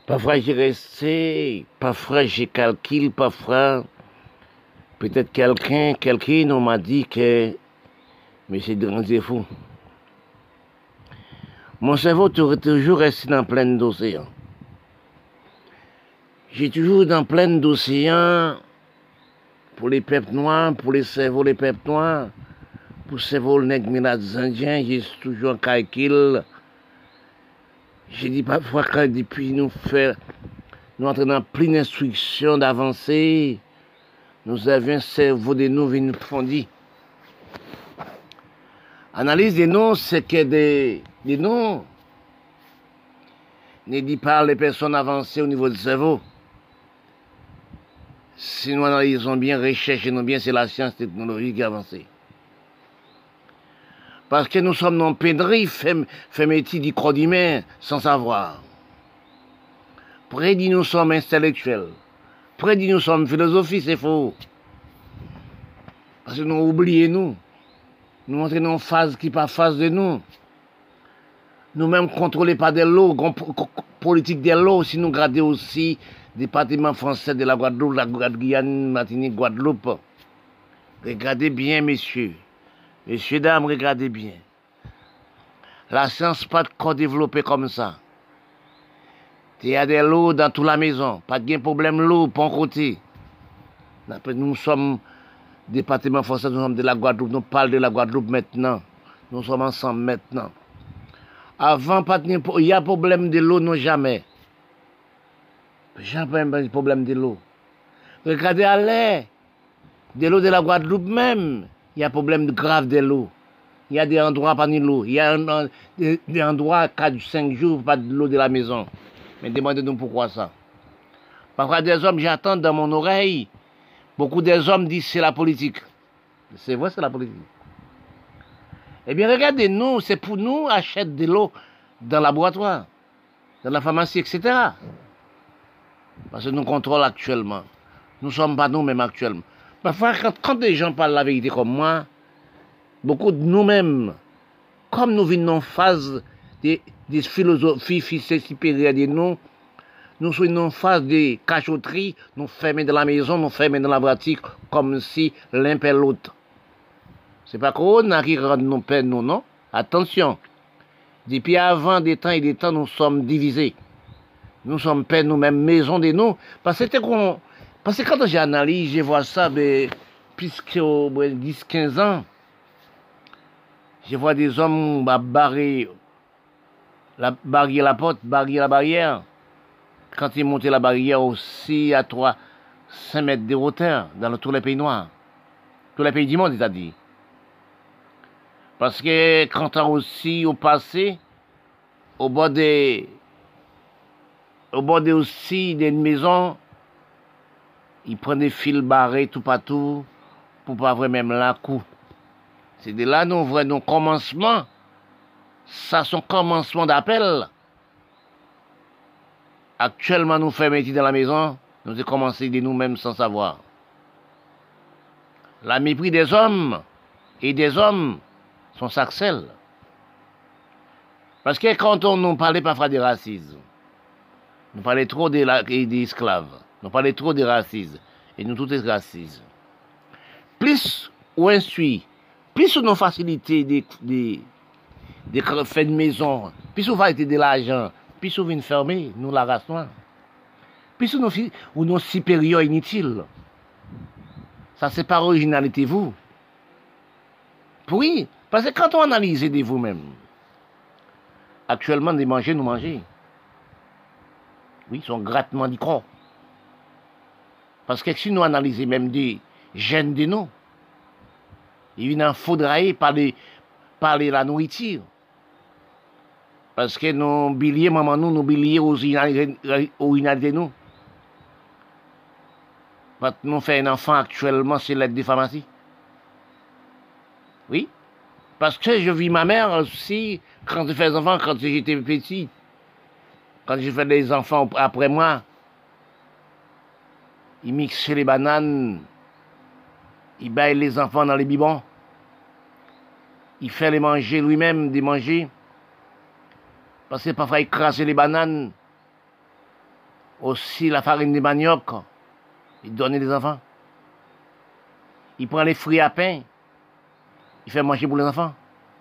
Parfois j'ai resté, parfois j'ai calculé, parfois peut-être quelqu'un m'a dit que monsieur Dranzy est fou. Mon cerveau toujours resté dans plein d'océans. J'ai toujours dans plein d'océans pour les peuples noirs, pour les cerveaux les peuples noirs, pour les cerveaux les nègres indiens, j'ai toujours calculé. J'ai dit parfois quand depuis nous entrons dans pleine instruction d'avancer, nous avions un cerveau de nous venus fondis. Analyse des noms, c'est que des noms ne dit pas les personnes avancées au niveau du cerveau. Si nous analysons bien, recherchons bien, c'est la science technologique qui avance. Parce que nous sommes non pédris, fait métier du corps humain sans savoir. Prédit nous sommes intellectuels. Prédit nous sommes philosophie, c'est faux. Parce que nous oublions nous entrons dans une phase qui n'est pas phase de nous. Nous-mêmes contrôlés par des lots, politique des lots, si nous regardons aussi département français de la Guadeloupe, la Guyane, Martinique, Guadeloupe. Regardez bien, messieurs. Messieurs, dames, regardez bien. La science pas de corps développé comme ça. Il y a des lots dans toute la maison. Pas de problème l'eau, pas un côté. Nous sommes département français, nous sommes de la Guadeloupe. Nous parlons de la Guadeloupe maintenant. Nous sommes ensemble maintenant. Avant, il y a problème de l'eau, non jamais. Jamais un problème de l'eau. Regardez à l'air. De l'eau de la Guadeloupe même, il y a problème grave de l'eau. Il y a des endroits pas de l'eau. Il y a des endroits 4 ou 5 jours pas de l'eau de la maison. Mais demandez-nous pourquoi ça. Parfois des hommes, j'entends dans mon oreille, beaucoup des hommes disent c'est la politique. C'est vrai, c'est la politique. Eh bien, regardez-nous, c'est pour nous acheter de l'eau dans le laboratoire, dans la pharmacie, etc. Parce que nous contrôlons actuellement. Nous ne sommes pas nous-mêmes actuellement. Parfois, quand des gens parlent la vérité comme moi, beaucoup de nous-mêmes, comme nous venons en phase des philosophies supérieures de nous, nous sommes en phase de cachotterie, nous fermons dans la maison, nous fermons dans la pratique, comme si l'un perd l'autre. Ce n'est pas Corona qui rend nos pères, nous, non? Attention. Depuis avant des temps et des temps, nous sommes divisés. Nous sommes pères nous-mêmes, maison de nous. Parce que quand j'analyse, je vois ça, puisque 10-15 ans, je vois des hommes barrer la porte, barrer la barrière. Quand ils montaient la barrière aussi à 5 mètres de hauteur dans tous les pays noirs. Tous les pays du monde, c'est-à-dire. Parce que quand on aussi au passé, au bord aussi d'une maison, ils prennent des fils barrés tout partout pour pas avoir même la coup. C'est de là nous voyons nos commencements. Ça, son commencement d'appel. Actuellement, nous faisons métier dans la maison, nous avons commencé de nous-mêmes sans savoir. La mépris des hommes et des hommes sont saxels. Parce que quand on nous parlait parfois des racisme, nous parlait trop des esclaves, nous parlait trop des racisme, et nous tous des racistes. Plus on instruit, plus on a facilité des faits de maison, plus on va être de l'argent, plus on vient fermer, nous la race noire. Plus on nos supérieurs inutiles. Ça, c'est pas originalité, vous. Oui, parce que quand on analyse de vous-même, actuellement, de manger, nous manger. Oui, son grattement du corps. Parce que si nous analysons même des gènes de nous, il en faudrait parler la nourriture. Parce que nos billets, maman, nous billets aux originalités de nous. Quand nous faisons un enfant actuellement, c'est l'aide des pharmacies. Oui. Parce que je vis ma mère aussi, quand je fais des enfants, quand j'étais petit. Quand j'ai fait des enfants après moi, il mixait les bananes, il baille les enfants dans les bibons, il fait les manger lui-même, des manger, parce que parfois il crasse les bananes, Aussi la farine de manioc, il donne les enfants. Il prend les fruits à pain, il fait manger pour les enfants.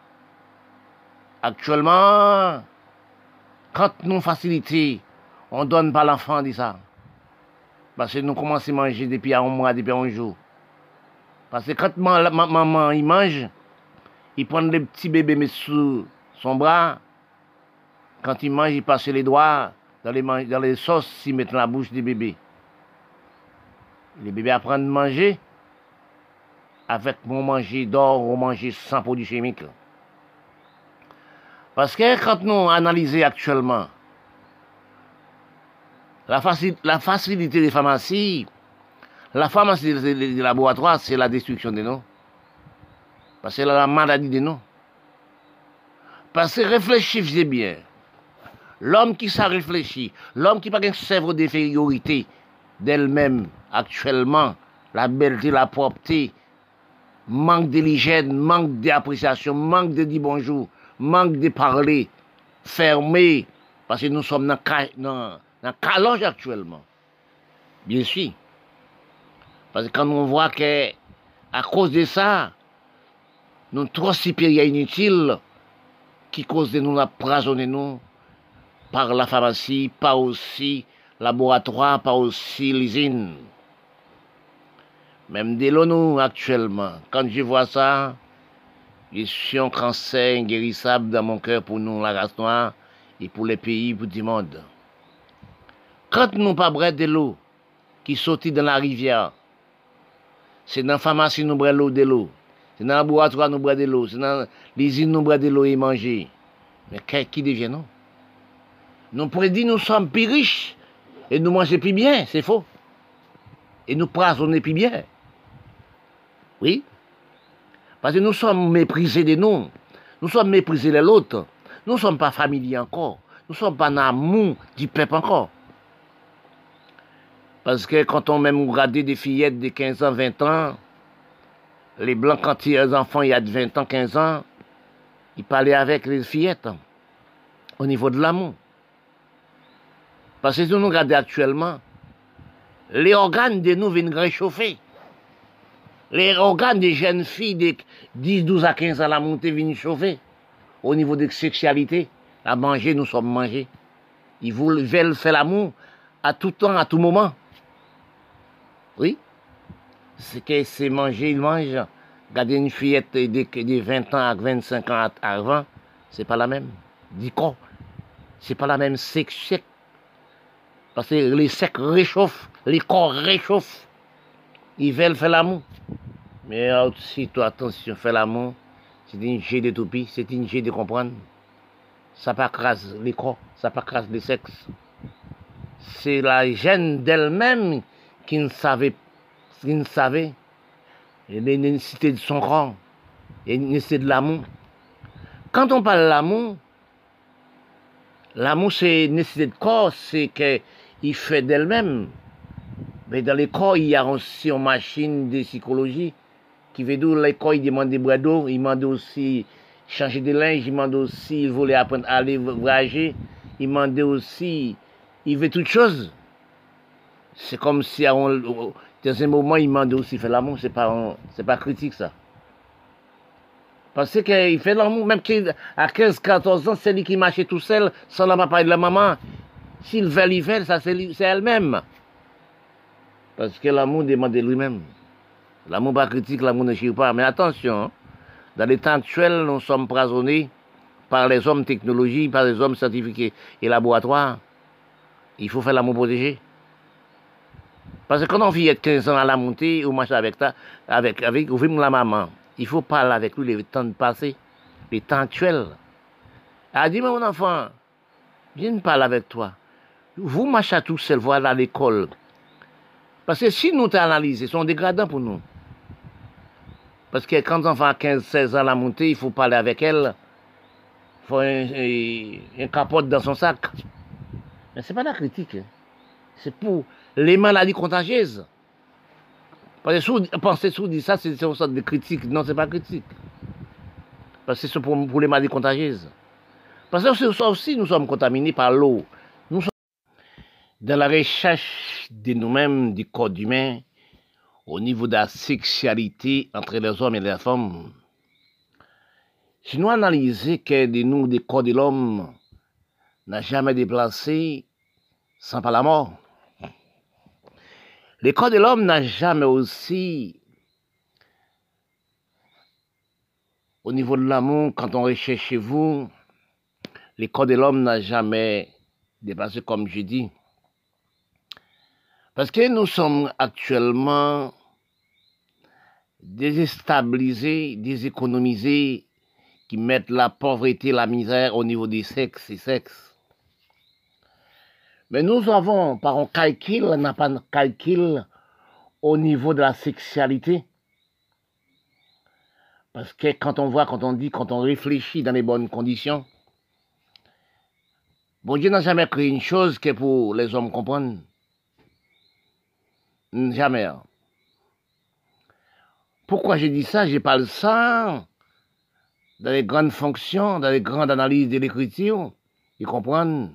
Actuellement, quand nous facilitons, on ne donne pas l'enfant, dit ça. Parce que nous commençons à manger depuis un mois, depuis un jour. Parce que quand maman il mange, il prend le petit bébé met sous son bras. Quand il mange, il passe les doigts dans les sauces, il met dans la bouche du bébé. Les bébés apprennent à manger avec mon manger d'or ou manger sans produits chimiques. Parce que quand nous analysons actuellement la facilité des pharmacies, la pharmacie des laboratoires, c'est la destruction de nous. Parce que c'est la maladie de nous. Parce que réfléchissez bien. L'homme qui s'est réfléchi, l'homme qui n'a pas un cerveau d'infériorité d'elle-même actuellement, la belleté, la propreté, manque de l'hygiène, manque d'appréciation, manque de dire bonjour, manque de parler, fermé, parce que nous sommes dans calonge actuellement. Bien sûr. Parce que quand on voit que à cause de ça, nous trop supérieurs inutiles qui cause de nous empoisonner nous par la pharmacie, pas aussi laboratoire, pas aussi l'usine. Même de l'eau, nous, actuellement, quand je vois ça, je suis un cancer inguérissable dans mon cœur pour nous, la race noire, et pour les pays, pour tout le monde. Quand nous pas boire de l'eau qui sortit dans la rivière, c'est dans la pharmacie nous boire l'eau de l'eau, c'est dans le laboratoire nous boire de l'eau, c'est dans l'usine nous boire de l'eau et manger. Mais qui devient non? Nous prédit nous sommes plus riches et nous mangeons plus bien, c'est faux. Et nous poisonnons plus bien. Oui. Parce que nous sommes méprisés de nous. Nous sommes méprisés de l'autre. Nous ne sommes pas familiers encore. Nous ne sommes pas en amour du peuple encore. Parce que quand on même regarde des fillettes de 15 ans, 20 ans, les blancs, quand ils ont des enfants, il y a de 20 ans, 15 ans, ils parlaient avec les fillettes au niveau de l'amour. Parce que si nous regardons actuellement, les organes de nous viennent réchauffer. Les organes des jeunes filles de 10, 12 à 15 ans, la montée viennent chauffer. Au niveau de sexualité, à manger, nous sommes mangés. Ils veulent faire l'amour à tout temps, à tout moment. Oui. C'est que c'est manger, ils mangent. Regardez une fillette de 20 ans à 25 ans avant, c'est pas la même. Du corps. C'est pas la même sexe. Parce que les secs réchauffent, les corps réchauffent. Ils veulent faire l'amour. Mais si toi, attention, faire l'amour, c'est une jet de toupie, c'est une jet de comprendre. Ça pas crase les corps, ça pas crase les sexes. C'est la gêne d'elle-même qui ne savait les nécessités de son corps, les nécessités de l'amour. Quand on parle de l'amour c'est une nécessité de corps, c'est qu'il fait d'elle-même. Mais dans les corps, il y a aussi une machine de psychologie qui veut dire les corps, ils demandent des bras d'eau, ils demandent aussi changer de linge, ils demandent aussi, ils voulaient apprendre à aller voyager, ils demandent aussi, ils veulent toutes choses. C'est comme si dans un moment, ils demandent aussi faire l'amour, c'est pas critique ça. Parce qu'il fait l'amour, même à 15-14 ans, c'est lui qui marchait tout seul, sans la papa et de la maman. S'il veut, ça c'est elle-même. Parce que l'amour demande de lui-même. L'amour pas critique, l'amour ne chire pas. Mais attention, dans les temps actuels, nous sommes empoisonnés par les hommes technologiques, par les hommes scientifiques et laboratoires. Il faut faire l'amour protégé. Parce que quand on vit 15 ans à la montée, ou marche avec la maman, il faut parler avec lui les temps passés, les temps actuels. Elle dit, mon enfant, viens parler avec toi. Vous marchez tout seul, voilà à l'école. Parce que si nous t'analysons, ils sont dégradants pour nous. Parce que quand on fait 15-16 ans à la montée, il faut parler avec elle. Il faut un capote dans son sac. Mais ce n'est pas la critique. C'est pour les maladies contagieuses. Parce que penser sous dit ça, c'est une sorte de critique. Non, ce n'est pas critique. Parce que c'est pour les maladies contagieuses. Parce que ça aussi, nous sommes contaminés par l'eau. Dans la recherche de nous-mêmes, du corps humain, au niveau de la sexualité entre les hommes et les femmes, si nous analysons que de nous, des corps de l'homme, n'a jamais déplacé sans pas la mort. Le corps de l'homme n'a jamais aussi, au niveau de l'amour, quand on recherche chez vous, le corps de l'homme n'a jamais dépassé, comme je dis. Parce que nous sommes actuellement déstabilisés, déséconomisés, qui mettent la pauvreté, la misère au niveau des sexes et sexes. Mais nous avons, par un calcul, on n'a pas de calcul au niveau de la sexualité. Parce que quand on voit, quand on dit, quand on réfléchit dans les bonnes conditions, bon Dieu n'a jamais créé une chose que pour les hommes comprendre. Jamais. Pourquoi j'ai dit ça? Je parle ça dans les grandes fonctions, dans les grandes analyses de l'écriture. Ils comprennent.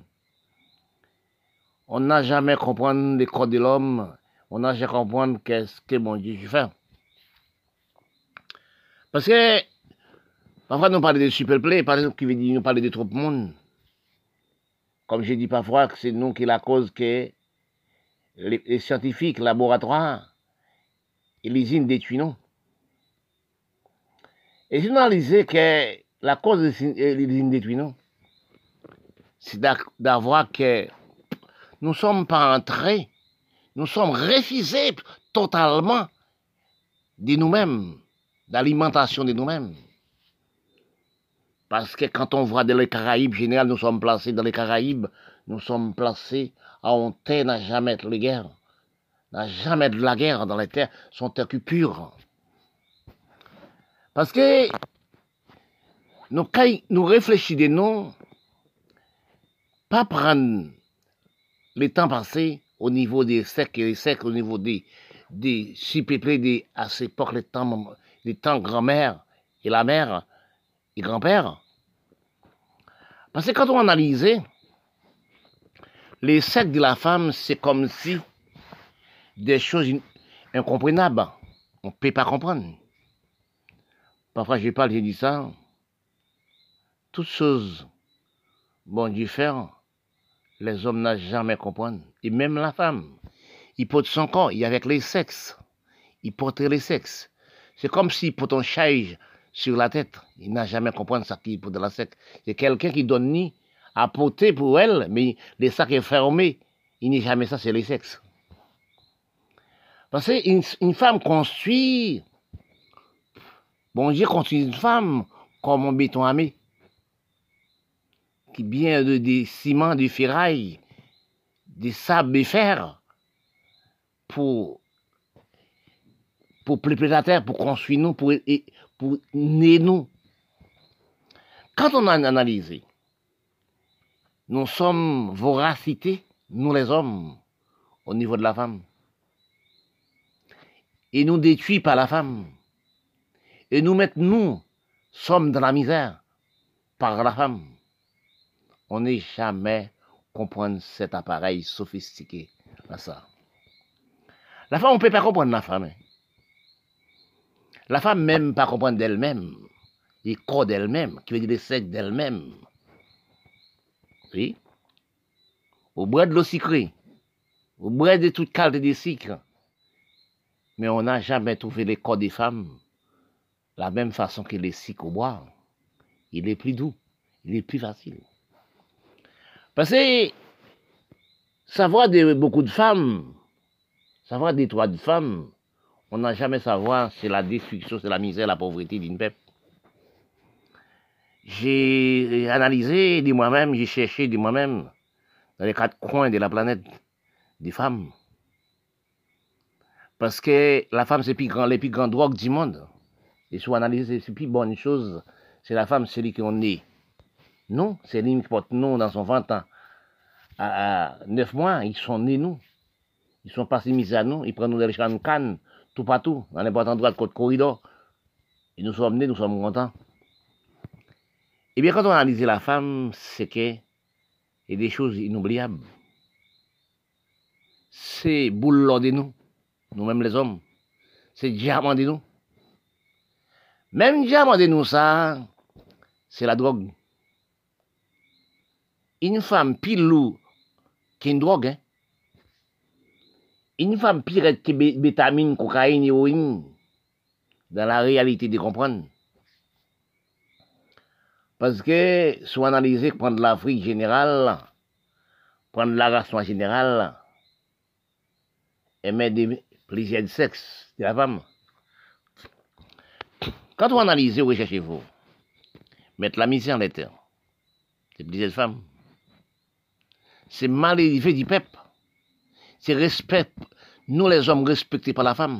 On n'a jamais compris le corps de l'homme. On n'a jamais compris qu'est-ce que mon Dieu fait. Parce que, parfois, nous parlons de superplay, par exemple, qui veut dire nous parler de trop de monde. Comme je dis parfois, que c'est nous qui la cause que les scientifiques, les laboratoires, et les usines détruisent nous. Et si nous analysons que la cause des usines détruisent nous, c'est d'avoir que nous ne sommes pas entrés, nous sommes refusés totalement de nous-mêmes, d'alimentation de nous-mêmes. Parce que quand on voit dans les Caraïbes, général, nous sommes placés dans les Caraïbes, nous sommes placés à une terre n'a jamais de guerre, n'a jamais de la guerre dans les terres, sont terres pures. Parce que nous réfléchissons, nous, pas prendre le temps passé au niveau des secs et des secs, au niveau des surpeuplés à cette époque, les temps grand-mère et la mère et grand-père. Parce que quand on analysait, les secs de la femme, c'est comme si des choses incompréhensibles. On ne peut pas comprendre. Parfois, je parle, je dis ça. Toutes choses, bon Dieu fait, les hommes n'ont jamais compris. Et même la femme, il porte son corps, il est avec les sexes. Il porte les sexes. C'est comme s'il porte un charge sur la tête. Il n'a jamais compris ça qu'il porte la sexe. C'est quelqu'un qui donne ni à porter pour elle, mais les sacs est fermé. Il n'est jamais ça, c'est les sexes. Parce qu'une femme construit, bon Dieu construit une femme comme un béton armé, qui vient des ciments, des ferrailles, des sables, des fers, pour peupler la terre, pour construire nous, pour naître nous. Quand on a analysé, nous sommes voracité, nous les hommes, au niveau de la femme. Et nous détruit par la femme. Et nous nous sommes dans la misère par la femme. On n'est jamais comprendre cet appareil sophistiqué à ça. La femme, on ne peut pas comprendre la femme. La femme même pas comprendre d'elle-même, les corps d'elle-même, qui veut dire les sexes d'elle-même. Oui. Au bras de l'eau sucrée, au bras de toute qualité de sucre. Mais on n'a jamais trouvé les corps des femmes la même façon que les sucres au bois. Il est plus doux, il est plus facile. Parce que savoir de beaucoup de femmes, savoir des droits de femmes, on n'a jamais savoir c'est la destruction, c'est la misère, la pauvreté d'une peuple. J'ai analysé de moi-même, j'ai cherché de moi-même dans les quatre coins de la planète des femmes. Parce que la femme, c'est les plus grandes drogues du monde. Et si on analyse, c'est la plus bonne chose, c'est la femme, c'est lui qui en est. Non, c'est lui qui porte nous dans son ventre à 9 mois, ils sont nés nous. Ils sont passés mis à nous, ils prennent nous dans les champs de canne, tout partout, dans n'importe endroit de côte corridor. Et nous sommes nés, nous sommes contents. Eh bien, quand on analyse la femme, c'est qu'il y a des choses inoubliables. c'est boulot de nous, nous-mêmes les hommes. C'est diamant de nous. Même diamant de nous, ça, c'est la drogue. Une femme pile lourd qui est une drogue, hein. Une femme pire que bétamine, cocaïne, héroïne, dans la réalité de comprendre. Parce que, si on analyse, prendre l'Afrique générale, prendre la race noire générale, et mettre des plaisirs de sexe de la femme. Quand on analyse, recherchez-vous, mettre la misère en l'éther, c'est plaisir de femme. C'est mal élevé du peuple. C'est respect. Nous, les hommes, respectés par la femme.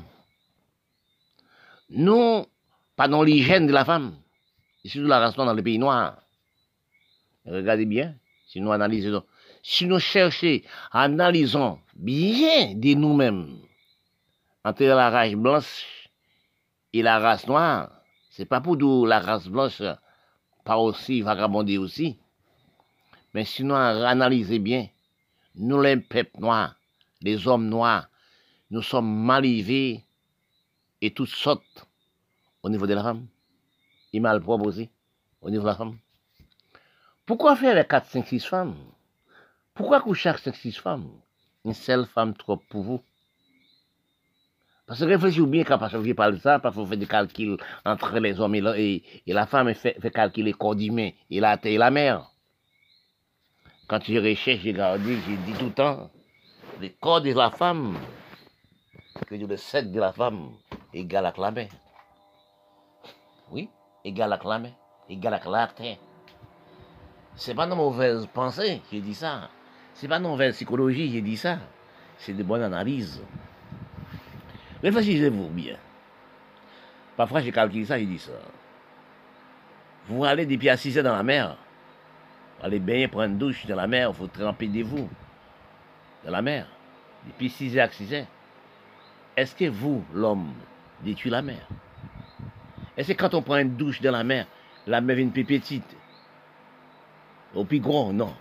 Nous, pas dans l'hygiène de la femme. Et surtout la race noire dans les pays noirs. Regardez bien, si nous analysons. Si nous cherchons, analysons bien de nous-mêmes, entre la race blanche et la race noire, c'est pas pour nous la race blanche, pas aussi vagabonder aussi. Mais si nous analysons bien, nous, les peuples noirs, les hommes noirs, nous sommes mal élevés et toutes sortes au niveau de la femme. Et mal propre aussi au niveau de la femme. Pourquoi faire avec 4, 5, 6 femmes? Pourquoi coucher avec 5, 6 femmes? Une seule femme trop pour vous. Parce que réfléchissez bien quand je parle de ça, parce qu'il faut faire des calculs entre les hommes et la femme, et fait calculer les corps humains et la terre et la mer. Quand je recherche, j'ai regardé, j'ai dit tout le temps, le corps de la femme, que le sexe de la femme égale à la mer. Oui, égale à la mer, égale à la terre. C'est pas une mauvaise pensée, j'ai dit ça. C'est pas une mauvaise psychologie, j'ai dit ça. C'est de bonnes analyses. Réfléchissez-vous bien. Parfois, j'ai calculé ça, j'ai dit ça. Vous allez depuis à 6 heures dans la mer. Vous allez baigner, prendre une douche dans la mer, il faut tremper de vous dans la mer. Depuis 6 heures à 6 heures. Est-ce que vous, l'homme, détruit la mer? Est-ce que quand on prend une douche dans la mer vient plus petite? Au plus gros, non.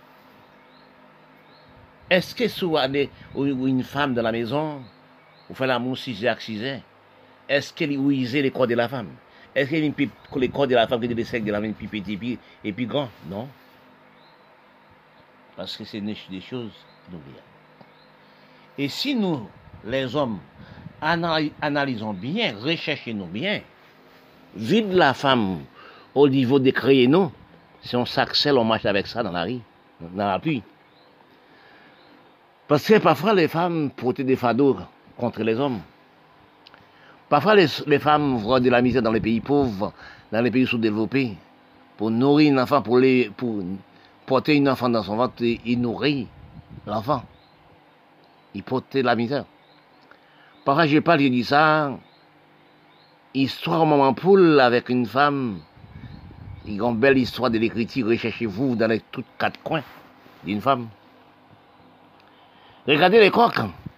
Est-ce que si vous avez une femme dans la maison, vous faites l'amour 6 heures à 6 heures, est-ce qu'elle uise les corps de la femme? Est-ce qu'elle a les corps de la femme qui est le sexe de la femme plus petit et plus grand? Non. Parce que c'est des choses qui nous viennent. Et si nous, les hommes, analysons bien, recherchons-nous bien, vide la femme au niveau de créer nous, si on s'accèle, on marche avec ça dans la rue, dans la pluie. Parce que parfois les femmes portent des fardeaux contre les hommes. Parfois les femmes voient de la misère dans les pays pauvres, dans les pays sous-développés, pour nourrir un enfant, pour porter un enfant dans son ventre et nourrir l'enfant. Ils portent la misère. Parfois je parle, je dis ça, histoire maman poule avec une femme. Il y a une belle histoire de l'écriture, recherchez-vous dans les tous 4 coins d'une femme. Regardez les coqs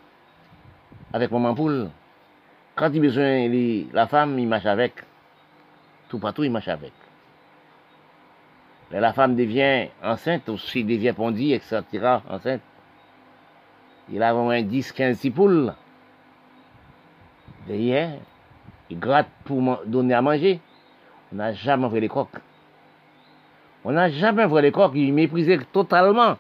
avec maman poule. Quand il a besoin de la femme, il marche avec. Tout partout, il marche avec. Mais la femme devient enceinte, aussi devient pondie, etc. enceinte. Il a au moins 10, 15 poules. Derrière, il gratte pour donner à manger. On n'a jamais vu les coqs. On n'a jamais vu les coqs, ils méprisaient totalement.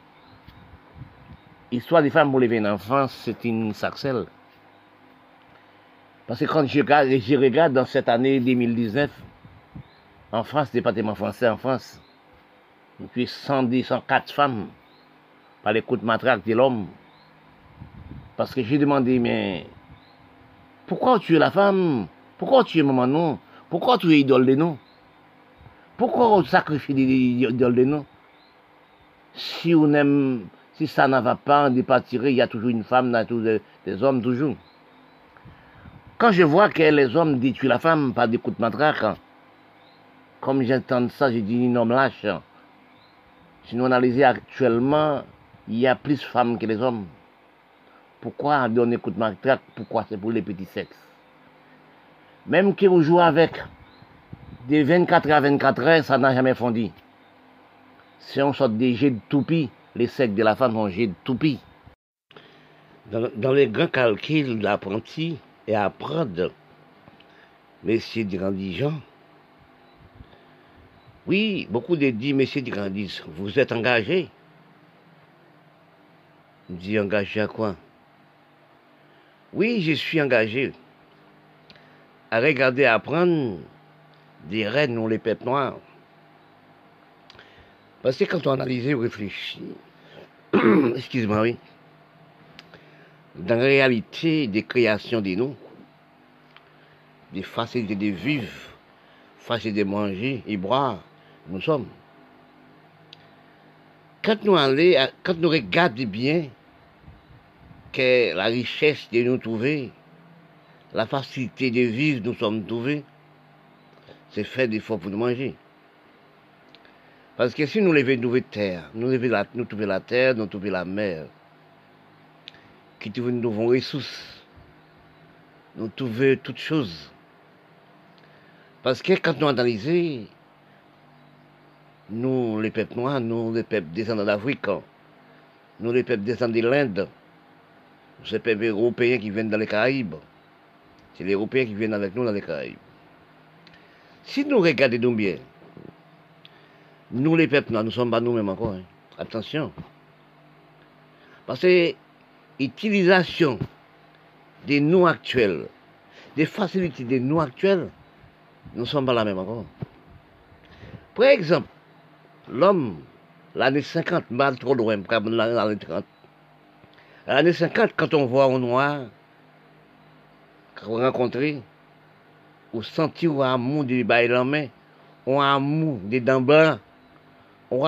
Histoire des femmes pour lever un enfant, c'est une saxelle. Parce que quand je regarde dans cette année 2019, en France, département français en France, depuis 104 femmes par les coups de matraque de l'homme. Parce que j'ai demandé, mais pourquoi tu es la femme? Pourquoi tu es maman non? Pourquoi tu es idole de nous? Pourquoi on sacrifie des idoles de nous? Si on aime, si ça n'en va pas, on n'est pas tiré, il y a toujours une femme, il y a toujours des hommes, toujours. Quand je vois que les hommes détruisent la femme par des coups de matraque, comme j'entends ça, j'ai dit un homme lâche. Si nous analysons actuellement, il y a plus de femmes que les hommes. Pourquoi donner coup de matraque? Pourquoi? C'est pour les petits sexes. Même que vous jouez avec des 24 à 24 heures, ça n'a jamais fondu. C'est une sorte de jet de toupie. Les sexes de la femme sont jet de toupie. dans les grands calculs d'apprenti et apprendre, messieurs dirigeants, oui, beaucoup de dit, messieurs dirigeants, vous êtes engagés. Je dis engagé à quoi? Oui, je suis engagé à regarder, à apprendre des reines ou les peuples noirs. Parce que quand on analyse ou réfléchit, excuse-moi, oui, dans la réalité des créations des noms, des facilités de vivre, facilités de manger et boire, nous sommes. Quand nous regardons bien que la richesse de nous trouver, la facilité de vivre nous sommes trouvés, c'est faire des efforts pour nous manger. Parce que si nous levions trouver terre, nous trouver la terre, nous trouver la mer, qui trouve nous trouvons ressources, nous trouver toutes choses. Parce que quand nous analysons, nous, les peuples noirs, nous, les peuples descendants d'Afrique, nous, les peuples descendants de l'Inde, ces peuples européens qui viennent dans les Caraïbes, c'est les Européens qui viennent avec nous dans les Caraïbes. Si nous regardons bien, nous, les peuples noirs, nous ne sommes pas nous-mêmes encore. Hein. Attention. Parce que l'utilisation des noms actuels, des facilités des noms actuels, nous ne sommes pas la même encore. Par exemple, l'homme, l'année 50, mal trop loin, l'année 30. L'année 50, quand on voit un noir, quand on rencontre, on sentit un amour du bail en main, un amour des dents blancs, un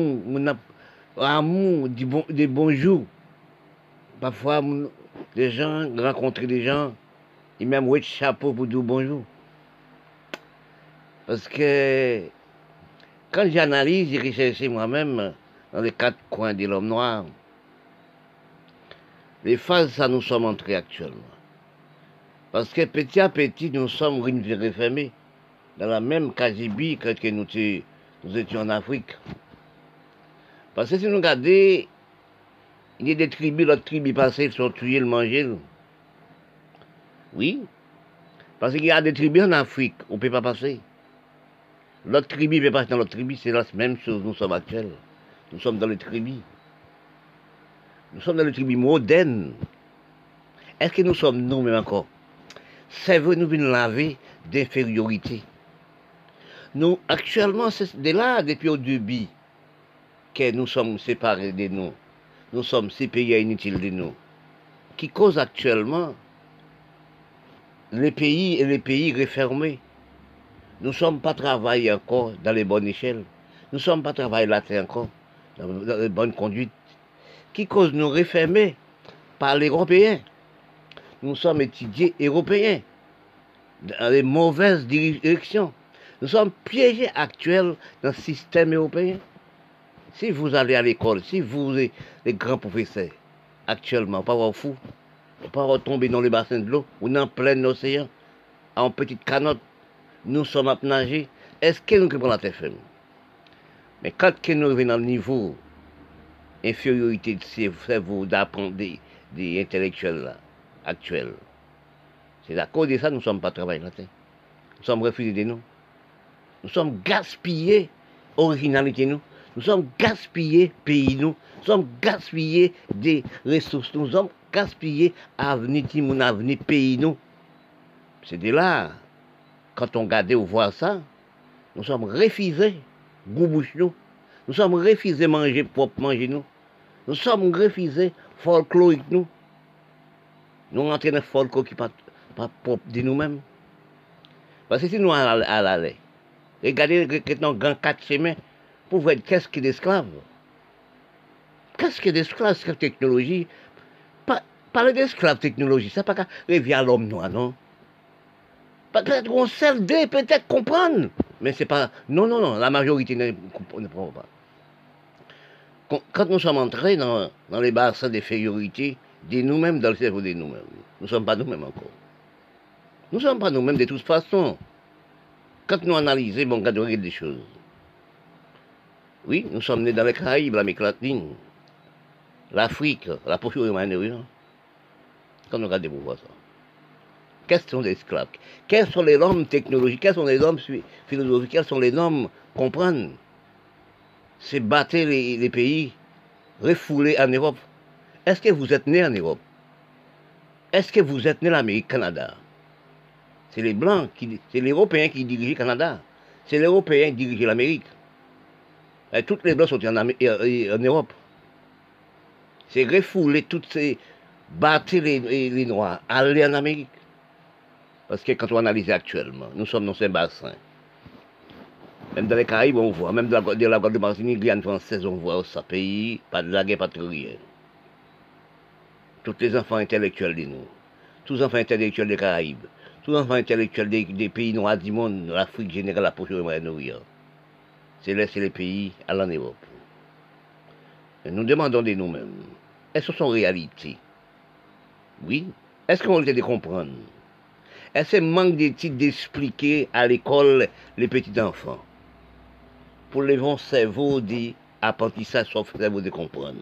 amour des bonjours. Parfois, les gens rencontrent des gens, et même mettent chapeau pour dire bonjour. Parce que quand j'analyse, j'ai recherché moi-même dans les 4 coins de l'homme noir, les phases, ça nous sommes entrés actuellement. Parce que petit à petit, nous sommes refermés dans la même Kajibi que nous étions en Afrique. Parce que si nous regardons, il y a des tribus, l'autre tribu passée, ils sont tués, le manger. Oui. Parce qu'il y a des tribus en Afrique, on ne peut pas passer. L'autre tribu peut passer dans l'autre tribu, c'est la même chose, nous sommes actuels. Nous sommes dans les tribus. Nous sommes dans les tribus modernes. Est-ce que nous sommes nous-mêmes encore? C'est vrai, nous venons laver d'infériorité. Nous, actuellement, c'est de là, depuis au début, que nous sommes séparés de nous. Nous sommes ces pays inutiles de nous. Qui cause actuellement les pays et les pays refermés. Nous ne sommes pas travaillés encore dans les bonnes échelles. Nous ne sommes pas travaillés là-dessus encore, dans les bonnes conduites. Qui cause nous refermer par les Européens. Nous sommes étudiés européens dans les mauvaises directions. Nous sommes piégés actuels dans le système européen. Si vous allez à l'école, si vous êtes les grands professeurs, actuellement, pas avoir fou, pas retomber dans le bassin de l'eau ou dans plein océan, en petite canotte, nous sommes à nager. Est-ce que nous prenons la tête ferme? Mais quand nous revenons dans le niveau infériorité de cerveau d'apprendre des intellectuels là, actuels, c'est à cause de ça que nous ne sommes pas travaillés là. Nous sommes refusés de nous. Nous sommes gaspillés originalité nous. Nous sommes gaspillés pays nous. Nous sommes gaspillés des ressources. Nous sommes gaspillés avenir mon avenir pays nous. C'est de là, quand on regarde ou voit ça, nous sommes refusés goût bouche nous. Nous sommes refusés manger propre manger nous. Nous sommes refusés folklorique nous. Nous rentrons dans le folklore qui n'est pas propre de nous-mêmes. Parce que si nous allons aller, regardez dans grand 4 chemins pour voir qu'est-ce que d'esclaves. Qu'est-ce que d'esclaves, c'est technologie. Parler d'esclaves technologie, ça n'a pas qu'à rêver à l'homme noir, non? Peut-être qu'on sait peut-être comprendre. Mais c'est pas. Non, la majorité ne comprend pas. Quand nous sommes entrés dans les bassins d'infériorité, de nous-mêmes, dans le cerveau de nous-mêmes, nous ne sommes pas nous-mêmes encore. Nous ne sommes pas nous-mêmes de toute façon. Quand nous analysons, on regarde des choses. Oui, nous sommes nés dans les Caraïbes, l'Amérique latine, l'Afrique, la portion humaine, Quand on regarde pour voir ça. Quels sont les esclaves? Quelles sont les normes technologiques? Quelles sont les normes philosophiques? Quelles sont les normes comprendre? C'est battre les pays, refouler en Europe. Est-ce que vous êtes né en Europe? Est-ce que vous êtes né en Amérique, Canada? C'est les Blancs, c'est les Européens qui dirigent le Canada. C'est les Européens qui dirigent l'Amérique. Et toutes les Blancs sont en Europe. C'est refouler toutes ces... battre les Noirs, aller en Amérique. Parce que quand on analyse actuellement, nous sommes dans un bassin. Même dans les Caraïbes, on voit. Même dans la Guadeloupe, Martinique, Guyane française, on voit ça. Pays, pas de la guerre, pas de rien. Tous les enfants intellectuels de nous. Tous les enfants intellectuels des Caraïbes. Tous les enfants intellectuels des pays noirs du monde, l'Afrique générale, la Proche et le Moyen-Orient. C'est laisser les pays à en Europe. Et nous demandons de nous-mêmes, est-ce que ce sont réalités? Oui. Est-ce qu'on essaie de comprendre? Est-ce qu'il manque des titres d'expliquer à l'école les petits enfants? Pour les bons cerveaux d'apprentissage, sauf cerveau de comprendre.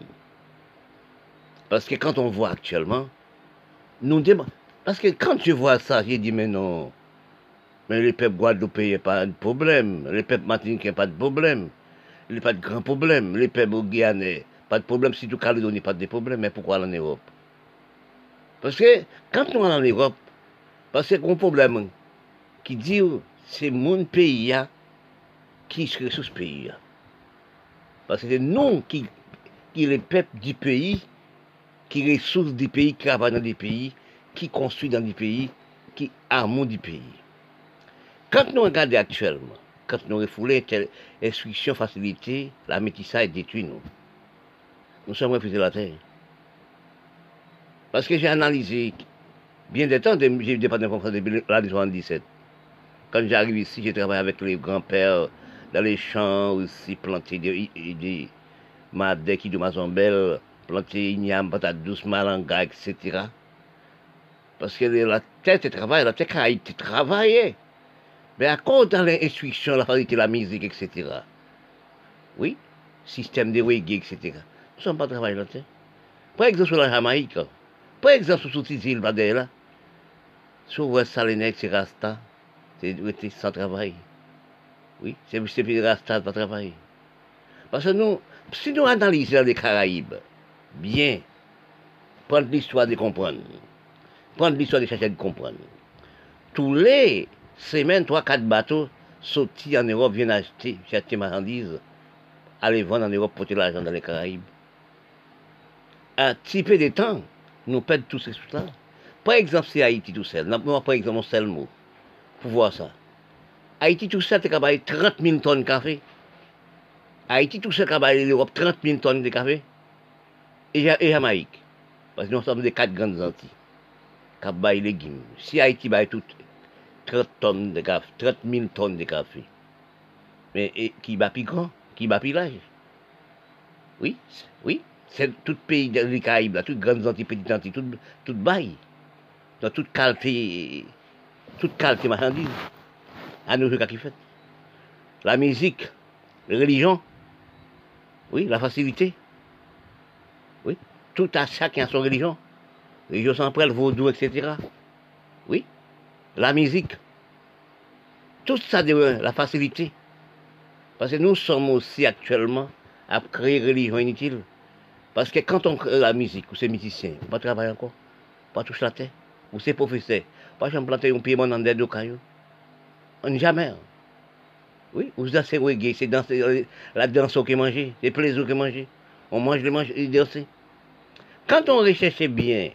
Parce que quand on voit actuellement, nous demandons. Parce que quand je vois ça, j'ai dit, mais non. Mais les peuples guadeloupéens, il n'y a pas de problème. Les peuples martiniquais, pas de problème. Il n'y a pas de grand problème. Les peuples guyanais, pas de problème. Si tout Calédonie, pas de problème. Mais pourquoi en Europe? Parce que quand nous allons en Europe, parce qu'il y a un problème qui dit c'est mon pays qui serait sous ce pays. Parce que c'est nous qui les peuples du pays, qui ressources du pays, qui travaillent dans des pays, qui construisent dans des pays, qui arment du pays. Quand nous regardons actuellement, quand nous refoulons l'instruction facilitée, la métissage détruit nous. Nous sommes refusés la terre. Parce que j'ai analysé bien des temps, j'ai département de France depuis l'année 77. Quand j'arrive ici, j'ai travaillé avec les grands-pères dans les champs aussi, planter des madèques de mazambelle, planter igname, patate douce, malanga, etc. Parce que la tête travaille, la tête caractère travaillait. Mais à cause de l'instruction, la facilité, la musique, etc. Oui, système de reggae, etc. Nous ne sommes pas travaillés là-dessus. Par exemple, sur la Jamaïque, par exemple, sur ces îles, là, sur West Salinex, c'est Rasta, c'est sans travail. Oui, c'est Rasta, pas travail. Parce que nous, si nous analysons les Caraïbes, bien, prendre l'histoire de comprendre, prendre l'histoire de chercher de comprendre, tous les semaines, 3-4 bateaux sortis en Europe viennent acheter marchandises, aller vendre en Europe, porter l'argent dans les Caraïbes. À petit peu de temps, nous perdons tous ces trucs-là. Par exemple, c'est Haïti tout seul. Par exemple, un seul mot pour voir ça. Haïti tout seul, c'est capable de 30 000 tonnes de café. Haïti tout seul, capable de l'Europe 30 000 tonnes de café. Et Jamaïque. Parce que nous sommes des 4 grandes Antilles. Capable de légumes. Si Haïti baille tout 30 tonnes de café, 30 000 tonnes de café. Mais qui bat plus grand, qui bat plus large. Oui, oui. C'est tout pays des Caraïbes, toutes grandes Antilles, petites Antilles, tout bail. Dans toute qualité marchandise. À nous, ce qui fait. La musique, la religion, oui, la facilité. Oui, tout à chacun son religion. Religion centrale, vaudou, etc. Oui, la musique. Tout ça, la facilité. Parce que nous sommes aussi actuellement à créer une religion inutile. Parce que quand on crée la musique, ou c'est musicien, on ne pas travailler encore, pas toucher la terre, ou c'est professeur, pas jamais planter un pied dans des deux cailloux. On jamais. Oui, vous dansez reggae, c'est la danse qui mange, c'est plaisir qui mange. On mange, et danse. Quand on recherche bien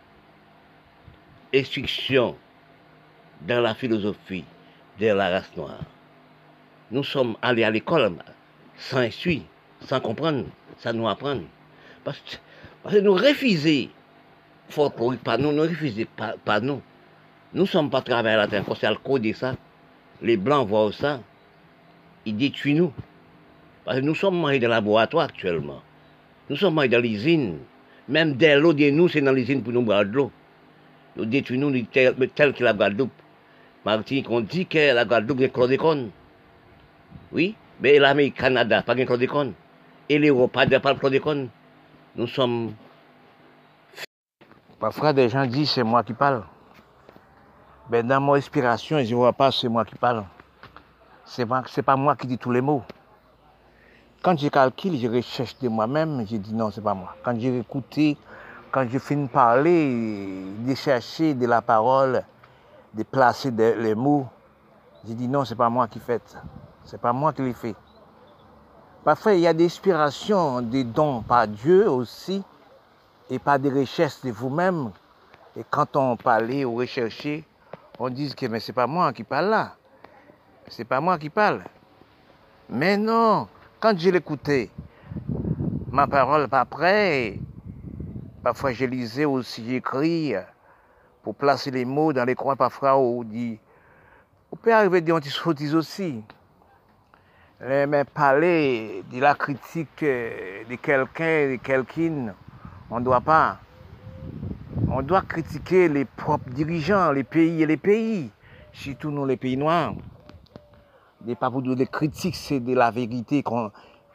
l'instruction dans la philosophie de la race noire, nous sommes allés à l'école sans instruire, sans comprendre, sans nous apprendre. Parce que nous refusons, folklorique par nous, nous refusons par nous. Nous ne sommes pas travaillés à la terre, c'est à le coder ça. Les Blancs voient ça, ils détruisent nous. Parce que nous sommes mangés dans le laboratoire actuellement. Nous sommes mangés dans l'usine. Même de l'eau de nous, c'est dans l'usine pour nous boire de l'eau. Nous détruisons nous tel que la Guadeloupe. Martinique, on dit que la Guadeloupe est chlordécone. Oui, mais l'Amérique, Canada, pas de chlordécone. Et l'Europe, pas de chlordécone. Nous sommes Parfois, des gens disent c'est moi qui parle. Ben, dans mon inspiration, je ne vois pas c'est moi qui parle. C'est pas moi qui dis tous les mots. Quand je calcule, je recherche de moi-même, je dis non, c'est pas moi. Quand j'ai écouté, quand je finis de parler, de chercher de la parole, de placer les mots, je dis non, c'est pas moi qui fais ça. C'est pas moi qui les fais. Parfois, il y a des inspirations, des dons par Dieu aussi, et par des recherches de vous-même. Et quand on parlait ou recherchait, on dit que mais c'est pas moi qui parle là. C'est pas moi qui parle. Mais non, quand je l'écoutais, ma parole pas prête. Parfois je lisais aussi, j'écris pour placer les mots dans les coins parfois où on dit. On peut arriver à dire des sottises aussi. Mais parler de la critique de quelqu'un, de quelqu'une, on ne doit pas. On doit critiquer les propres dirigeants, les pays et les pays, surtout nous les pays noirs. Des pas pour des critiques, c'est de la vérité qu'on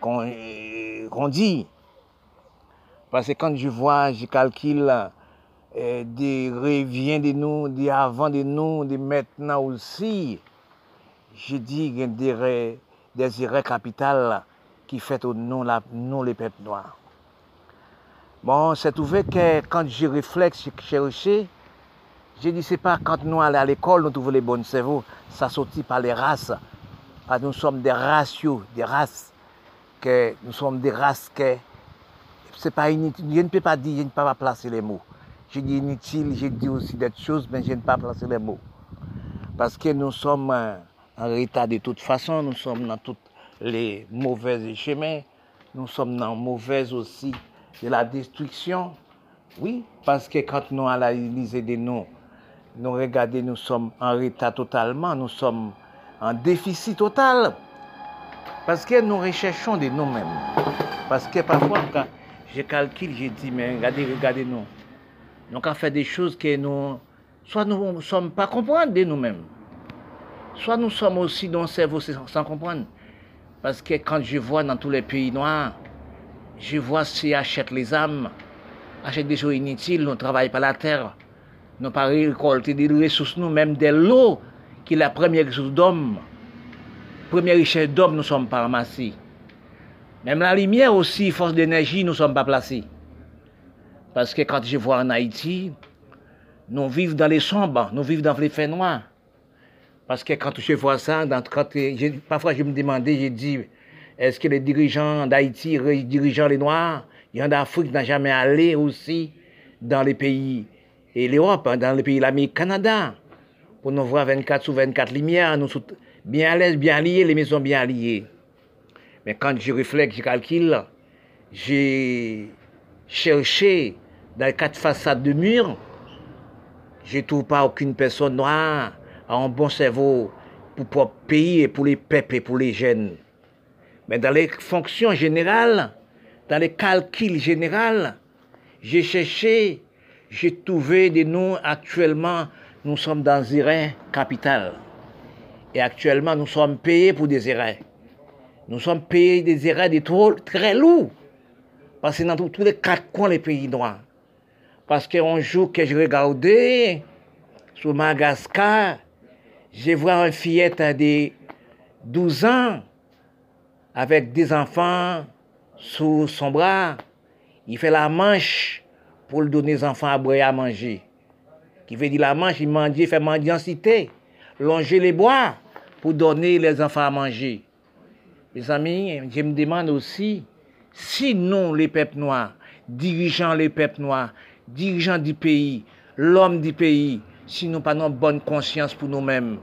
dit. Parce que quand je vois, je calcule des reviens de nous, des avant de nous, des maintenant aussi, je dis qu'il y a des erreurs capitales qui fait au nom nous les peuples noirs. Bon, c'est ouvert que quand je réfléchis, je cherche, je dis c'est pas quand nous allons à l'école, nous trouvons les bons cerveaux, ça sortit par les races. Parce que nous sommes des races, que nous sommes des races que c'est pas inutile. Je ne peux pas dire, je ne peux pas placer les mots. Je dis inutile, je dis aussi des choses, mais je ne peux pas placer les mots. Parce que nous sommes en état de toute façon, nous sommes dans tous les mauvais chemins, nous sommes dans mauvais aussi de la destruction. Oui, parce que quand nous analysons des noms, nous regardons, nous sommes en état totalement, nous sommes en déficit total. Parce que nous recherchons de nous-mêmes. Parce que parfois, quand je calcule, je dis, mais regardez nous. Nous avons fait des choses que nous, soit nous ne sommes pas comprendre de nous-mêmes, soit nous sommes aussi dans le cerveau sans comprendre. Parce que quand je vois dans tous les pays noirs, je vois s'ils achètent les âmes, achètent des choses inutiles, nous ne travaillons pas la terre, nous ne pas récolter des ressources, nous, même de l'eau, qui est la première ressource d'homme. Première richesse d'homme, nous ne sommes pas ramassés. Même la lumière aussi, force d'énergie, nous ne sommes pas placés. Parce que quand je vois en Haïti, nous vivons dans les sombres, nous vivons dans les faits noirs. Parce que quand je vois ça, parfois je me demandais, je dis, est-ce que les dirigeants d'Haïti, les dirigeants les Noirs, il y en a d'Afrique n'a jamais allé aussi dans les pays, et l'Europe, dans les pays de l'Amérique, Canada, pour nous voir 24 sur 24 lumières, nous sommes bien à l'aise, bien liés, les maisons bien liées. Mais quand je réfléchis, je calcule, j'ai cherché dans les 4 façades de murs, je ne trouve pas aucune personne noire a un bon cerveau pour le propre pays et pour les peuples et pour les jeunes. Mais dans les fonctions générales, dans les calculs généraux, j'ai cherché, j'ai trouvé des noms actuellement, nous sommes dans erreurs capitales. Et actuellement, nous sommes payés pour des erreurs. Nous sommes payés des erreurs très lourds. Parce que dans tous les 4 coins, les pays noirs. Parce qu'un jour que je regardais sur Madagascar, je vois une fillette de 12 ans avec des enfants sous son bras. Il fait la manche pour lui donner aux enfants à boire et à manger. Qui veut dire la manche, il fait mendiantité, longer les bois pour donner les enfants à manger. Mes amis, je me demande aussi, si nous, les peuples noirs, dirigeants les peuples noirs, dirigeants du pays, l'homme du pays, si nous n'avons pas bonne conscience pour nous-mêmes.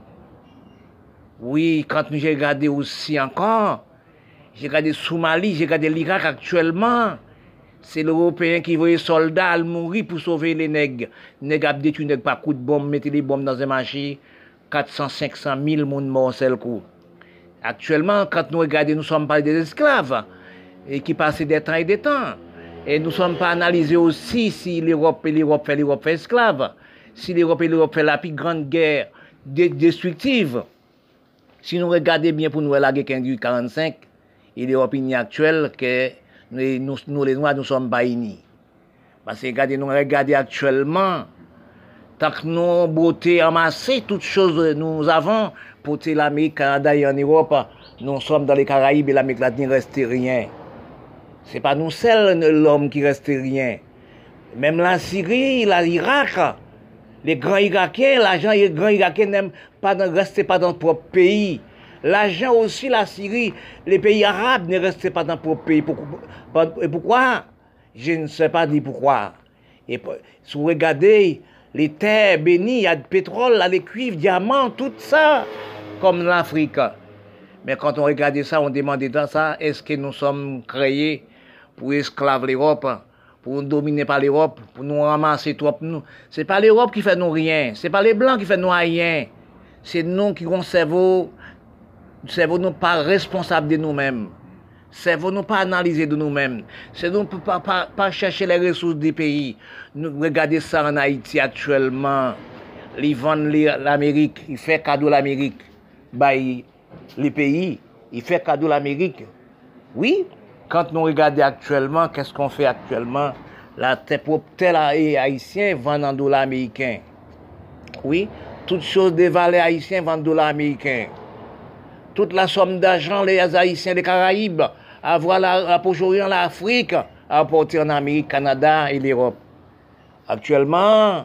Oui, quand j'ai regardé aussi encore, j'ai regardé Somalie, j'ai regardé l'Irak actuellement, c'est l'Européen qui voyait les soldats mourir pour sauver les nègres. Les nègres ont détruit les nègres par coup de bombe, mettez les bombes dans un marché, 400, 500 000 personnes mortes seul coup. Actuellement, quand nous regardons, nous ne sommes pas des esclaves, et qui passent des temps et des temps. Et nous ne sommes pas analysés aussi si l'Europe fait esclave, si l'Europe fait la plus grande guerre destructive. Si nous regardons bien pour nous la guerre qui a duré 45, et l'Europe actuelle, que nous les Noirs, nous ne sommes pas unis. Parce que regardez actuellement, tant que nous beauté amassé, toutes choses nous avons, pour l'Amérique, Canada et en Europe, nous sommes dans les Caraïbes et l'Amérique latine ne reste rien. C'est pas nous seuls l'homme qui reste rien. Même la Syrie, l'Irak, les grands Irakiens, les grands Irakiens n'aiment pas rester pas dans leur propre pays. L'argent aussi, la Syrie, les pays arabes ne restent pas dans leur propre pays. Pourquoi? Je ne sais pas dire pourquoi. Et si vous regardez les terres bénies, il y a du pétrole, les cuivres, diamants, tout ça, comme l'Afrique. Mais quand on regarde ça, on demande dans ça, est-ce que nous sommes créés pour esclaver l'Europe, pour nous dominer par l'Europe, pour nous ramasser trop nous? C'est pas l'Europe qui fait nous rien, c'est pas les Blancs qui fait nous rien. C'est nous qui avons cerveau nous pas responsables de nous-mêmes. Cerveau nous pas analyser de nous-mêmes. C'est nous pas chercher les ressources des pays. Nous regardez ça en Haïti actuellement. Ils vendent l'Amérique, ils font cadeau l'Amérique. Les pays, ils font cadeau l'Amérique. Oui, quand nous regardons actuellement, qu'est-ce qu'on fait actuellement? La tel haïtien vend en dollars américains. Oui, toutes choses des valets haïtiens vendent en dollars américains. Toute la somme d'argent, les Haïtiens des Caraïbes, avoir la Proche-Orient, l'Afrique, apporter en Amérique, Canada et l'Europe. Actuellement,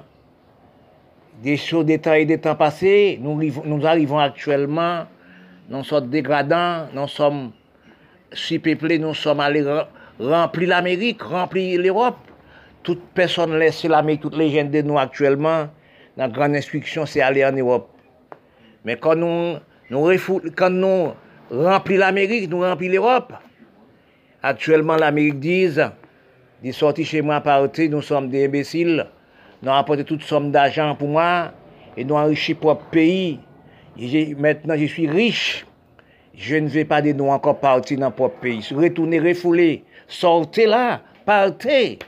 des choses des temps passés, nous arrivons actuellement, nous sommes dégradants, nous sommes surpeuplés, nous sommes allés remplir l'Amérique, remplir l'Europe. Toute personne laisse l'Amérique, toutes les jeunes de nous actuellement, la grande instruction, c'est aller en Europe. Mais quand nous remplissons l'Amérique, nous remplissons l'Europe. Actuellement, l'Amérique dit, des sorties chez moi partir, nous sommes des imbéciles. Nous avons apporté toute somme d'argent pour moi et nous enrichis propre pays. Maintenant, je suis riche. Je ne vais pas de nous encore partir dans notre propre pays. Retournez, refouler. Sortez là, partez.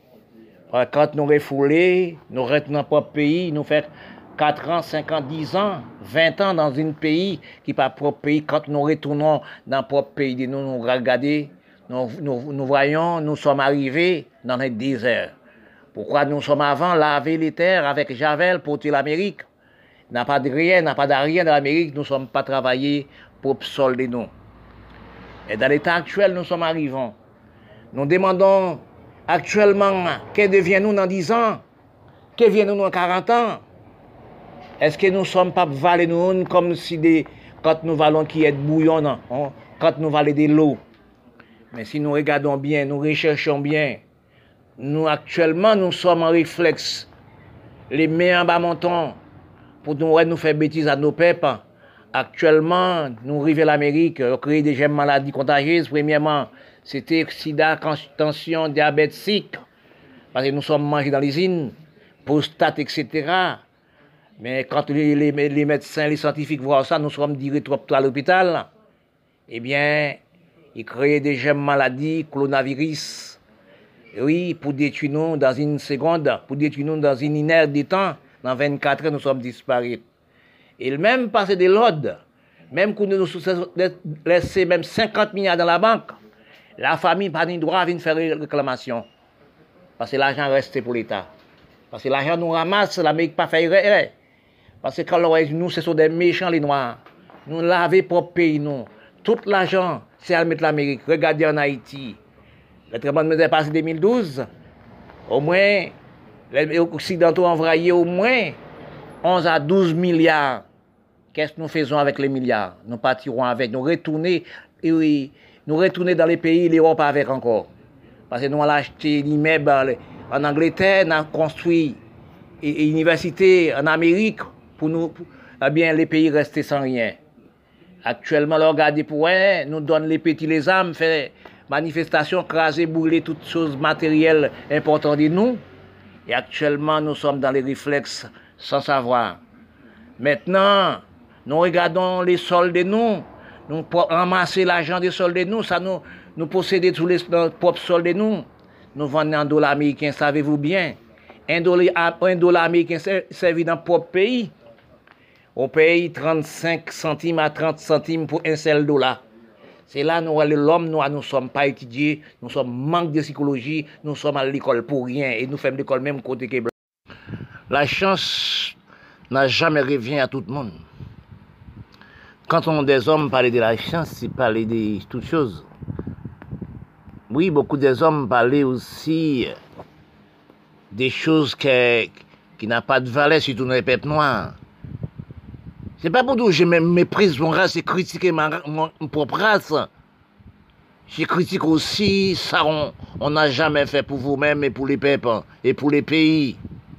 Quand nous refoulons, nous restons dans notre propre pays, nous faisons 4 ans, 5 ans, 10 ans, 20 ans dans un pays qui n'est pas propre pays. Quand nous retournons dans notre propre pays, nous regardons, nous voyons, nous sommes arrivés dans un désert. Pourquoi nous sommes avant laver les terres avec Javel pour l'Amérique? N'a pas de rien, n'a pas d'arrière dans l'Amérique, nous ne sommes pas travaillés pour solder nous. Et dans l'état actuel, nous sommes arrivés. Nous demandons actuellement, que deviens-nous dans 10 ans? Que deviens-nous dans 40 ans? Est-ce que nous ne sommes pas valés nous comme si quand nous valons qui est bouillonnant, hein? Quand nous valons de l'eau? Mais si nous regardons bien, nous recherchons bien, nous actuellement nous sommes en réflexe, les mains en bas montants, pour nous faire bêtises à nos peuples. Actuellement, nous arrivons à l'Amérique, créer des maladies contagieuses. Premièrement, c'était sida, tension, diabète, sick, parce que nous sommes mangés dans l'usine, prostate, etc. Mais quand les médecins, les scientifiques voient ça, nous sommes directement à l'hôpital. Eh bien, ils créent des maladies, coronavirus. Oui, pour détruire nous dans une seconde, pour détruire nous dans une heure de temps, dans 24 heures, nous sommes disparus. Et même passer de l'ordre, même qu'on nous laisser même 50 milliards dans la banque, la famille n'a pas le droit de venir faire une réclamation. Parce que l'argent reste pour l'État. Parce que l'argent nous ramasse, l'Amérique n'a pas fait rien. Parce que quand nous, ce sont des méchants, les Noirs. Nous lavons propre pays, nous. Tout l'argent, c'est à mettre l'Amérique. Regardez en Haïti. Le tremblement de terre est passé en 2012. Au moins, les Occidentaux ont envoyé au moins 11 à 12 milliards. Qu'est-ce que nous faisons avec les milliards? Nous partirons avec, nous retourner dans les pays, l'Europe avec encore. Parce que nous avons acheté l'immeuble en Angleterre, nous avons construit une université en Amérique pour nous, eh bien, les pays restent sans rien. Actuellement, regardez pour eux, nous donnent les petits les âmes, faire manifestations, craser, brûler toutes choses matérielles importantes de nous. Et actuellement, nous sommes dans les réflexes sans savoir. Maintenant, nous regardons les soldes de nous ramasser l'argent des soldes de nous, ça nous posséder tous les propres soldes de nous. Nous vendons en dollars américains, savez-vous bien. Un dollar américain servi dans le propre pays. On paye 35 centimes à 30 centimes pour un seul dollar. C'est là nous l'homme, nous ne sommes pas étudiés, nous sommes manque de psychologie, nous sommes à l'école pour rien et nous faisons l'école même côté que blanc. La chance n'a jamais revient à tout le monde. Quand on des hommes parlent de la chance, c'est parler de toutes choses. Oui, beaucoup des hommes parlaient aussi des choses qui n'ont pas de valeur, surtout dans les peuples noirs. C'est pas pour dire que je méprise mon race et critiquer mon propre race. Je critique aussi ça on n'a jamais fait pour vous-même et pour les peuples et pour les pays.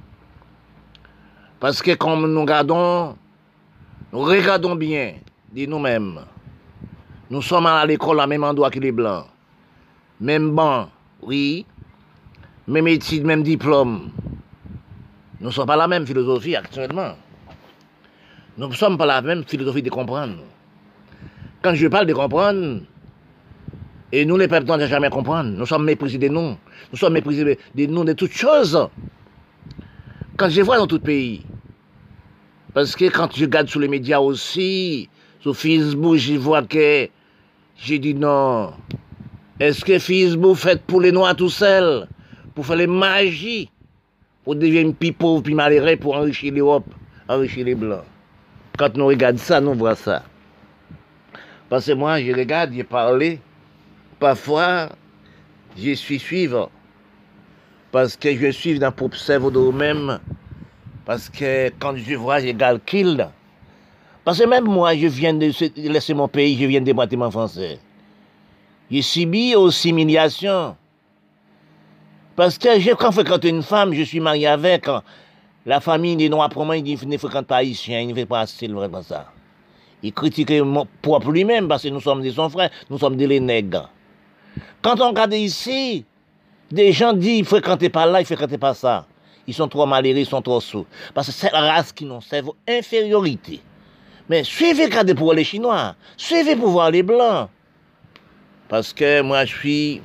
Parce que comme nous regardons bien de nous-mêmes. Nous sommes à l'école à même endroit que les Blancs. Même banc, oui. Même études, même diplôme. Nous ne sommes pas la même philosophie actuellement. Nous ne sommes pas la même philosophie de comprendre. Quand je parle de comprendre, et nous les peuples n'ont jamais comprendre. Nous sommes méprisés de nous. Nous sommes méprisés de nous de toutes choses. Quand je vois dans tout pays, parce que quand je regarde sur les médias aussi, sur Facebook, je vois que j'ai dit non. Est-ce que Facebook fait pour les Noirs tout seul, pour faire les magies, pour devenir plus pauvres, plus malheureux, pour enrichir l'Europe, enrichir les Blancs? Quand nous regardons ça, nous voyons ça. Parce que moi, je regarde, je parle, parfois, je suis suivant. Parce que je suis dans pour observer de même. Parce que quand je vois, je calcule. Parce que même moi, je viens de laisser mon pays, je viens de département français. J'ai subi aussi humiliation. Parce que quand je fréquente une femme, je suis marié avec. La famille des Noirs, pour moi, ils ne fréquentent pas haïtiens, ils ne font pas assez vraiment ça. Ils critiquent mon propre lui-même parce que nous sommes des son frères, nous sommes des nègres. Quand on regarde ici, des gens disent, fréquentez pas là, ils ne fréquentez pas ça. Ils sont trop malheureux, ils sont trop sourds. Parce que c'est la race qui nous sert infériorité. Mais suivez regardez pour les Chinois, suivez pour voir les Blancs. Parce que moi, je suis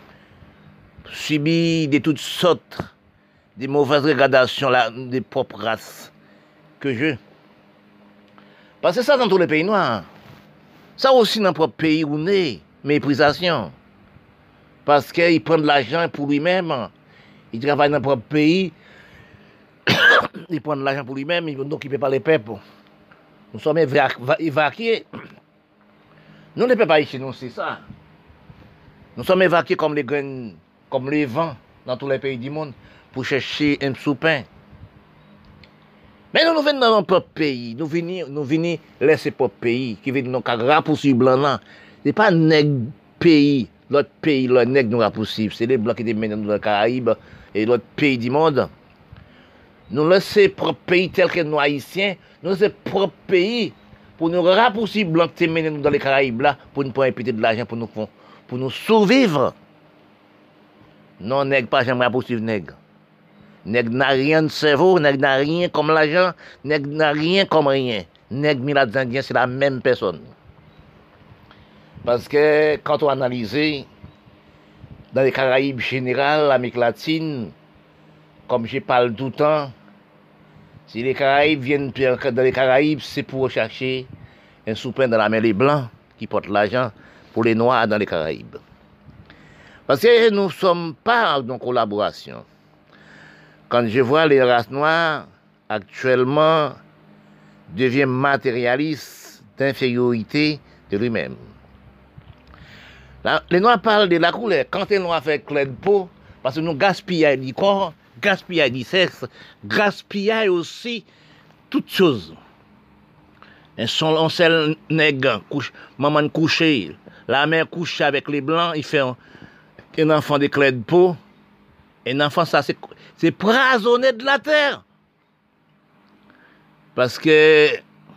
subi de toutes sortes de mauvaises regardations des propres races que je. Parce que ça dans tous les pays noirs. Ça aussi dans le propre pays où on est, méprisation. Parce qu'il prend de l'argent pour lui-même. Il travaille dans le propre pays. Il prend de l'argent pour lui-même, donc il ne peut pas les peuples. Nous sommes évacués. Nous ne pouvons pas ici, nous, c'est ça. Nous sommes évacués comme les graines, comme les vents dans tous les pays du monde pour chercher un sous-pain. Mais nous venons dans notre propre pays. Nous venons laisser notre pays qui viennent nous raccourcir blanc là. Ce n'est pas un pays, l'autre pays, l'autre nègre nous raccourcir. C'est les blancs qui étaient dans les Caraïbes et l'autre pays du monde. Nous laissons propre pays tel que nous haïtiens, nous laissons propre pays pour nous raccourcir blancs qui étaient dans les Caraïbes là pour nous prendre de l'argent pour nous survivre. Non, nègre pas jamais poursuivre nègre. Nègre n'a rien de cerveau, nègre n'a rien comme l'argent, nègre n'a rien comme rien. Nègre et les Indiens, c'est la même personne. Parce que quand on analyse dans les Caraïbes générales, l'Amérique latine, comme je parle tout le temps, si les Caraïbes viennent dans les Caraïbes, c'est pour chercher un sous-pain dans la main des Blancs qui portent l'argent pour les Noirs dans les Caraïbes. Parce que nous ne sommes pas en collaboration. Quand je vois les races noires, actuellement, deviennent matérialistes d'infériorité de lui-même. Les Noirs parlent de la couleur. Quand les Noirs font clair de peau, parce que nous gaspillons du corps, gaspillons du sexe, gaspillons aussi toutes choses. Un seul nègre, maman couchée, la mère couche avec les Blancs, il fait un enfant de clair de peau. Un enfant, ça, c'est poisonné de la terre. Parce que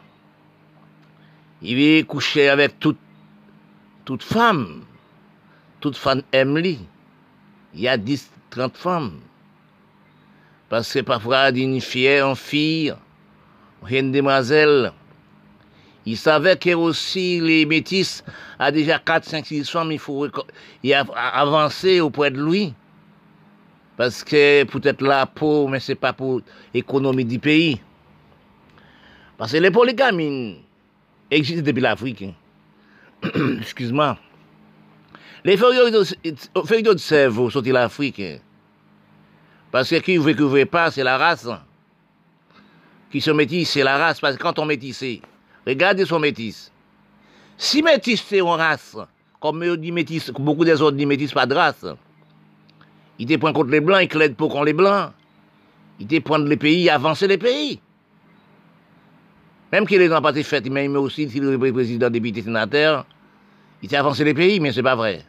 il vient coucher avec toute femme. Toute femme aime lui. Il y a 10, 30 femmes. Parce que parfois, d'une fille en fille, une demoiselle, il savait que aussi les métis a déjà 4, 5, 6 femmes, il faut avancer auprès de lui. Parce que peut-être là pour, mais ce n'est pas pour l'économie du pays. Parce que les polygamies existent depuis l'Afrique. excuse-moi, les feuilles de cerveau sont-ils africains? Parce que qui ne veut pas, c'est la race. Qui se métisse, c'est la race. Parce que quand on métissé, regardez son métis. Si métis, c'est une race, comme eux disent métis, beaucoup des autres disent métis, pas de race. Ils te prennent contre les blancs, ils plaident pour contre les blancs. Ils te prennent les pays, avancer les pays. Même qu'il est dans pas fait, mais aussi s'il est président, député, sénateur, il t'a avancé les pays, mais c'est pas vrai.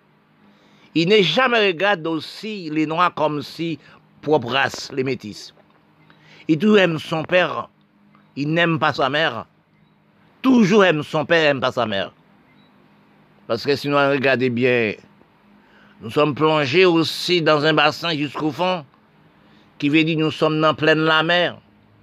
Il n'est jamais regardé aussi les Noirs comme si propre race, les métis. Il toujours aime son père, il n'aime pas sa mère. Toujours aime son père, aime pas sa mère. Parce que sinon, regardez bien, nous sommes plongés aussi dans un bassin jusqu'au fond, qui veut dire nous sommes dans pleine la mer.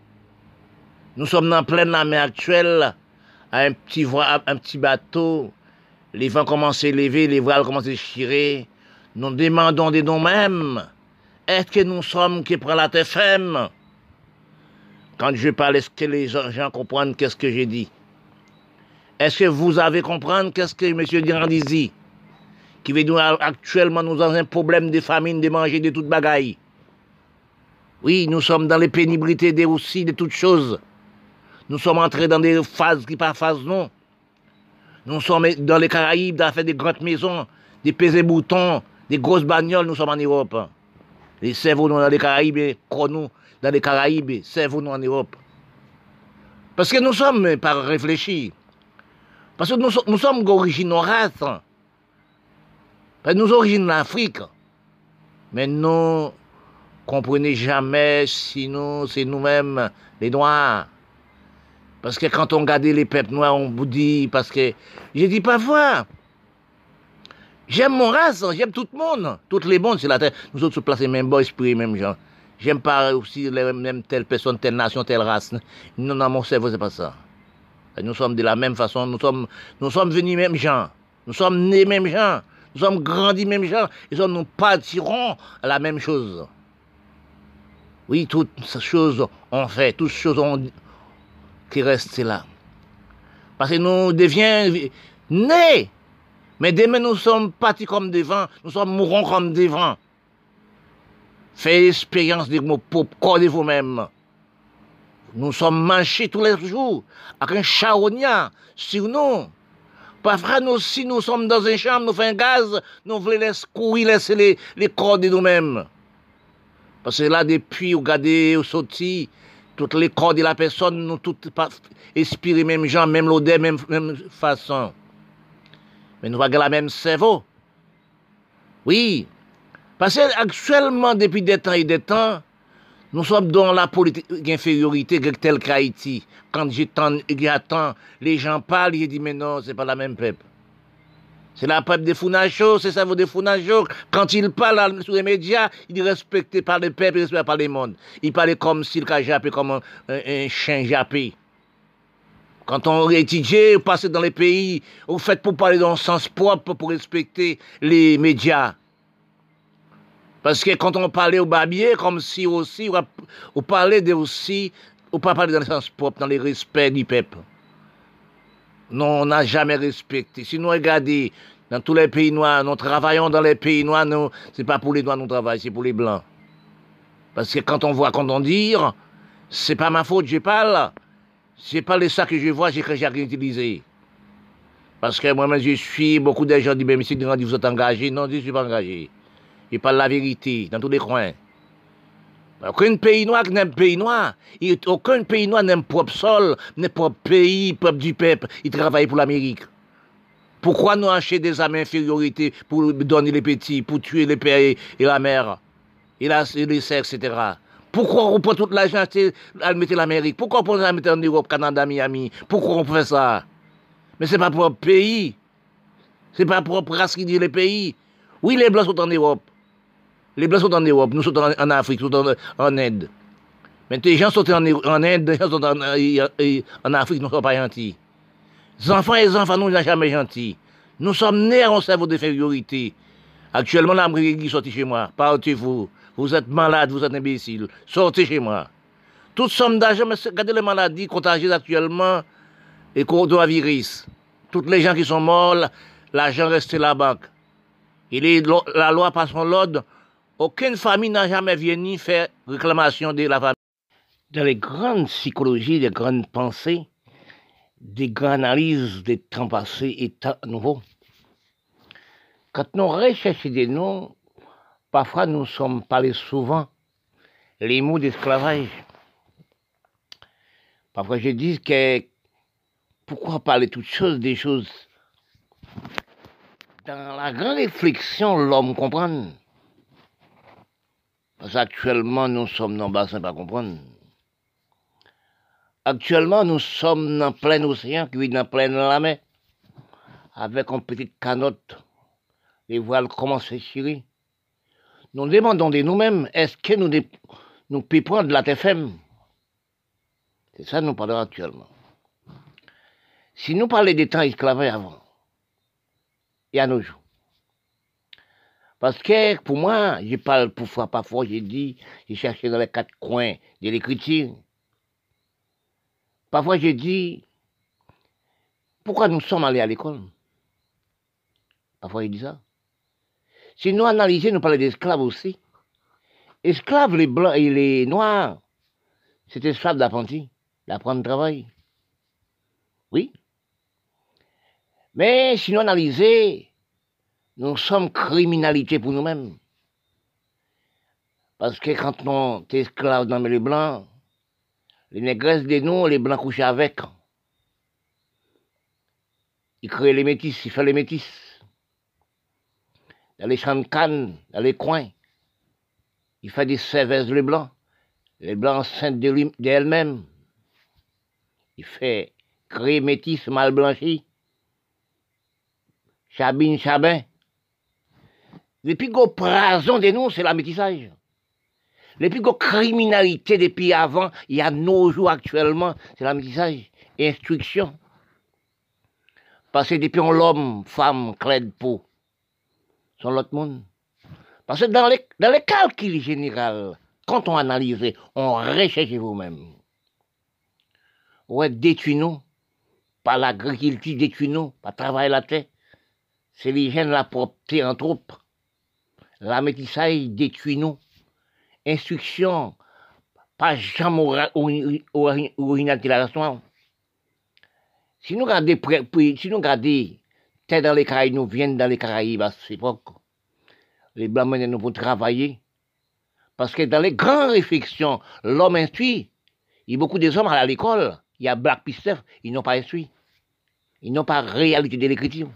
Nous sommes dans pleine la mer actuelle, à un petit bateau, les vents commencent à lever, les voiles commencent à chirer. Nous demandons de nous-mêmes, est-ce que nous sommes qui prend la terre ferme? Quand je parle, est-ce que les gens comprennent qu'est-ce que j'ai dit? Est-ce que vous avez compris qu'est-ce que M. Durand dit? Qui veut dire actuellement nous avons un problème de famine, de manger, de toute bagaille. Oui, nous sommes dans les pénibilités aussi de toutes choses. Nous sommes entrés dans des phases qui pas phases non. Nous sommes dans les Caraïbes, dans fait des grandes maisons, des pesées boutons, des grosses bagnoles, nous sommes en Europe. Les cerveaux nous dans les Caraïbes, nous dans les Caraïbes, cerveaux nous en Europe. Parce que nous sommes pas réfléchis. Parce que nous sommes d'origine race. Parce que nous origine l'Afrique. Mais nous comprenez jamais si nous, c'est nous-mêmes, les Noirs. Parce que quand on regarde les peuples noirs, on vous dit, parce que, je dis pas voir. J'aime mon race, j'aime tout le monde. Toutes les mondes sur la terre. Nous autres se placer même bas, esprit, même gens. J'aime pas aussi les mêmes telle personne, telle nation, telle race. Non, dans mon cerveau, c'est pas ça. Nous sommes de la même façon, nous sommes venus même gens. Nous sommes nés même gens. Nous sommes grandis même gens. Et nous partirons à la même chose. Oui, toutes ces choses ont fait, toutes ces choses qui restent là. Parce que nous devions nés. Mais demain, nous sommes partis comme des vents. Nous sommes mourants comme des vents. Faites l'expérience de mon propre corps de vous-même. Nous sommes mangés tous les jours avec un charognard sur nous. Parfois, si nous sommes dans une chambre, nous faisons un gaz, nous voulons laisser courir, laisser les corps de nous-mêmes. Parce que là, depuis, regardez, sorti, toutes les corps de la personne, nous tous inspirés, même gens, même l'odeur, même façon. Mais nous avons la même cerveau. Oui. Parce que actuellement, depuis des temps et des temps, nous sommes dans la politique d'infériorité telle qu'Haïti. Quand j'attends, les gens parlent, je dis, mais non, c'est pas la même peuple. C'est la peuple des Founacho, c'est ça, des Founacho. Quand ils parlent sur les médias, ils sont respectés par le peuple, respectés par le monde. Ils parlent comme s'ils avaient jappé, comme un chien jappé. Quand on étudie, on passe dans les pays, on fait pour parler dans le sens propre, pour respecter les médias. Parce que quand on parlait au barbier, comme si aussi, on parlait de aussi, on pas parler dans le sens propre, dans le respect du peuple. Non, on n'a jamais respecté. Si nous regardons dans tous les pays noirs, nous travaillons dans les pays noirs, ce n'est pas pour les noirs nous travaillons, c'est pour les blancs. Parce que quand on dit, c'est pas ma faute, je parle. C'est pas de ça que je vois, j'ai rien utilisé. Parce que moi-même, je suis, beaucoup de gens disent, mais monsieur Durand, vous êtes engagé. Non, je ne suis pas engagé. Je parle la vérité, dans tous les coins. Aucun pays noir n'aime pays noir. Aucun pays noir n'aime propre sol, n'aime propre pays, peuple du peuple. Il travaille pour l'Amérique. Pourquoi nous acheter des armes infériorité pour donner les petits, pour tuer les pères et la mère, et les sexes, etc. Pourquoi on prend toute l'argent à mettre l'Amérique? Pourquoi on prend ça à mettre en Europe, Canada, Miami? Pourquoi on fait ça? Mais c'est pas propre pays. C'est pas propre race qui dit les pays. Oui, les Blancs sont en Europe. Les Blancs sont en Europe, nous sommes en Afrique, nous sommes en Inde. Mais les gens sont en Inde, les gens sont en Afrique, nous ne sommes pas gentils. Les enfants et les enfants, nous ne sommes jamais gentils. Nous sommes nés à un cerveau d'infériorité. Actuellement, l'Amérique est sortie chez moi. Partez-vous. Vous êtes malade, vous êtes imbécile. Sortez chez moi. Toutes sommes d'argent, mais regardez les maladies contagieuses actuellement et coronavirus. Toutes les gens qui sont morts, l'argent restait à la banque. La loi passe en l'ordre. Aucune famille n'a jamais venu faire réclamation de la famille. Dans les grandes psychologies, les grandes pensées, des grandes analyses des temps passés et temps nouveaux, quand nous recherchons des noms, parfois nous sommes parlés souvent les mots d'esclavage. Parfois je dis que pourquoi parler toutes choses, des choses. Dans la grande réflexion, l'homme comprend. Parce qu'actuellement, nous sommes dans le bassin pas comprendre. Actuellement, nous sommes dans plein océan, qui vit dans plein la mer, avec une petite canotte. Les voiles commencent à s'échirer. Nous demandons de nous-mêmes, est-ce que nous pouvons prendre de la TFM? C'est ça que nous parlons actuellement. Si nous parlons des temps esclavages avant, et à nos jours, parce que pour moi, je parle parfois, j'ai dit, j'ai cherché dans les quatre coins de l'écriture. Parfois, je dis, pourquoi nous sommes allés à l'école? Parfois, je dis ça. Si nous analysons, nous parlons d'esclaves aussi. Esclaves, les blancs et les noirs, c'est esclaves d'apprenti, d'apprendre le travail. Oui. Mais si nous analysons, nous sommes criminalité pour nous-mêmes. Parce que quand on est esclave dans les blancs, les négresses de nous, les blancs couchent avec. Ils créent les métis, ils font les métis. Dans les champs de canne, dans les coins, ils font des cervezes les blancs enceintes d'elles-mêmes. Il fait créer métis mal blanchis. Chabine, chabin. Les plus gros prasons de nous, c'est la métissage. Les plus grosses criminalités depuis avant, il y a nos jours actuellement, c'est la métissage. Instruction. Parce que depuis on l'homme, femme, clé de peau, sont l'autre monde. Parce que dans les calculs généraux, quand on analyse, on recherche vous-même. Ouais, détruis-nous, par l'agriculture, détruis-nous, par travail la terre. C'est l'hygiène, la propreté entre autres. La métissage, détruis-nous. Instruction, pas jamais originalité de la race. Si nous regardons, terre dans les Caraïbes, nous viennent dans les Caraïbes à cette époque. Les Blancs mènent nous pour travailler. Parce que dans les grandes réflexions, l'homme instruit. Il y a beaucoup des hommes à l'école. Il y a Black Pistef, ils n'ont pas instruit. Ils n'ont pas réalité de l'écriture.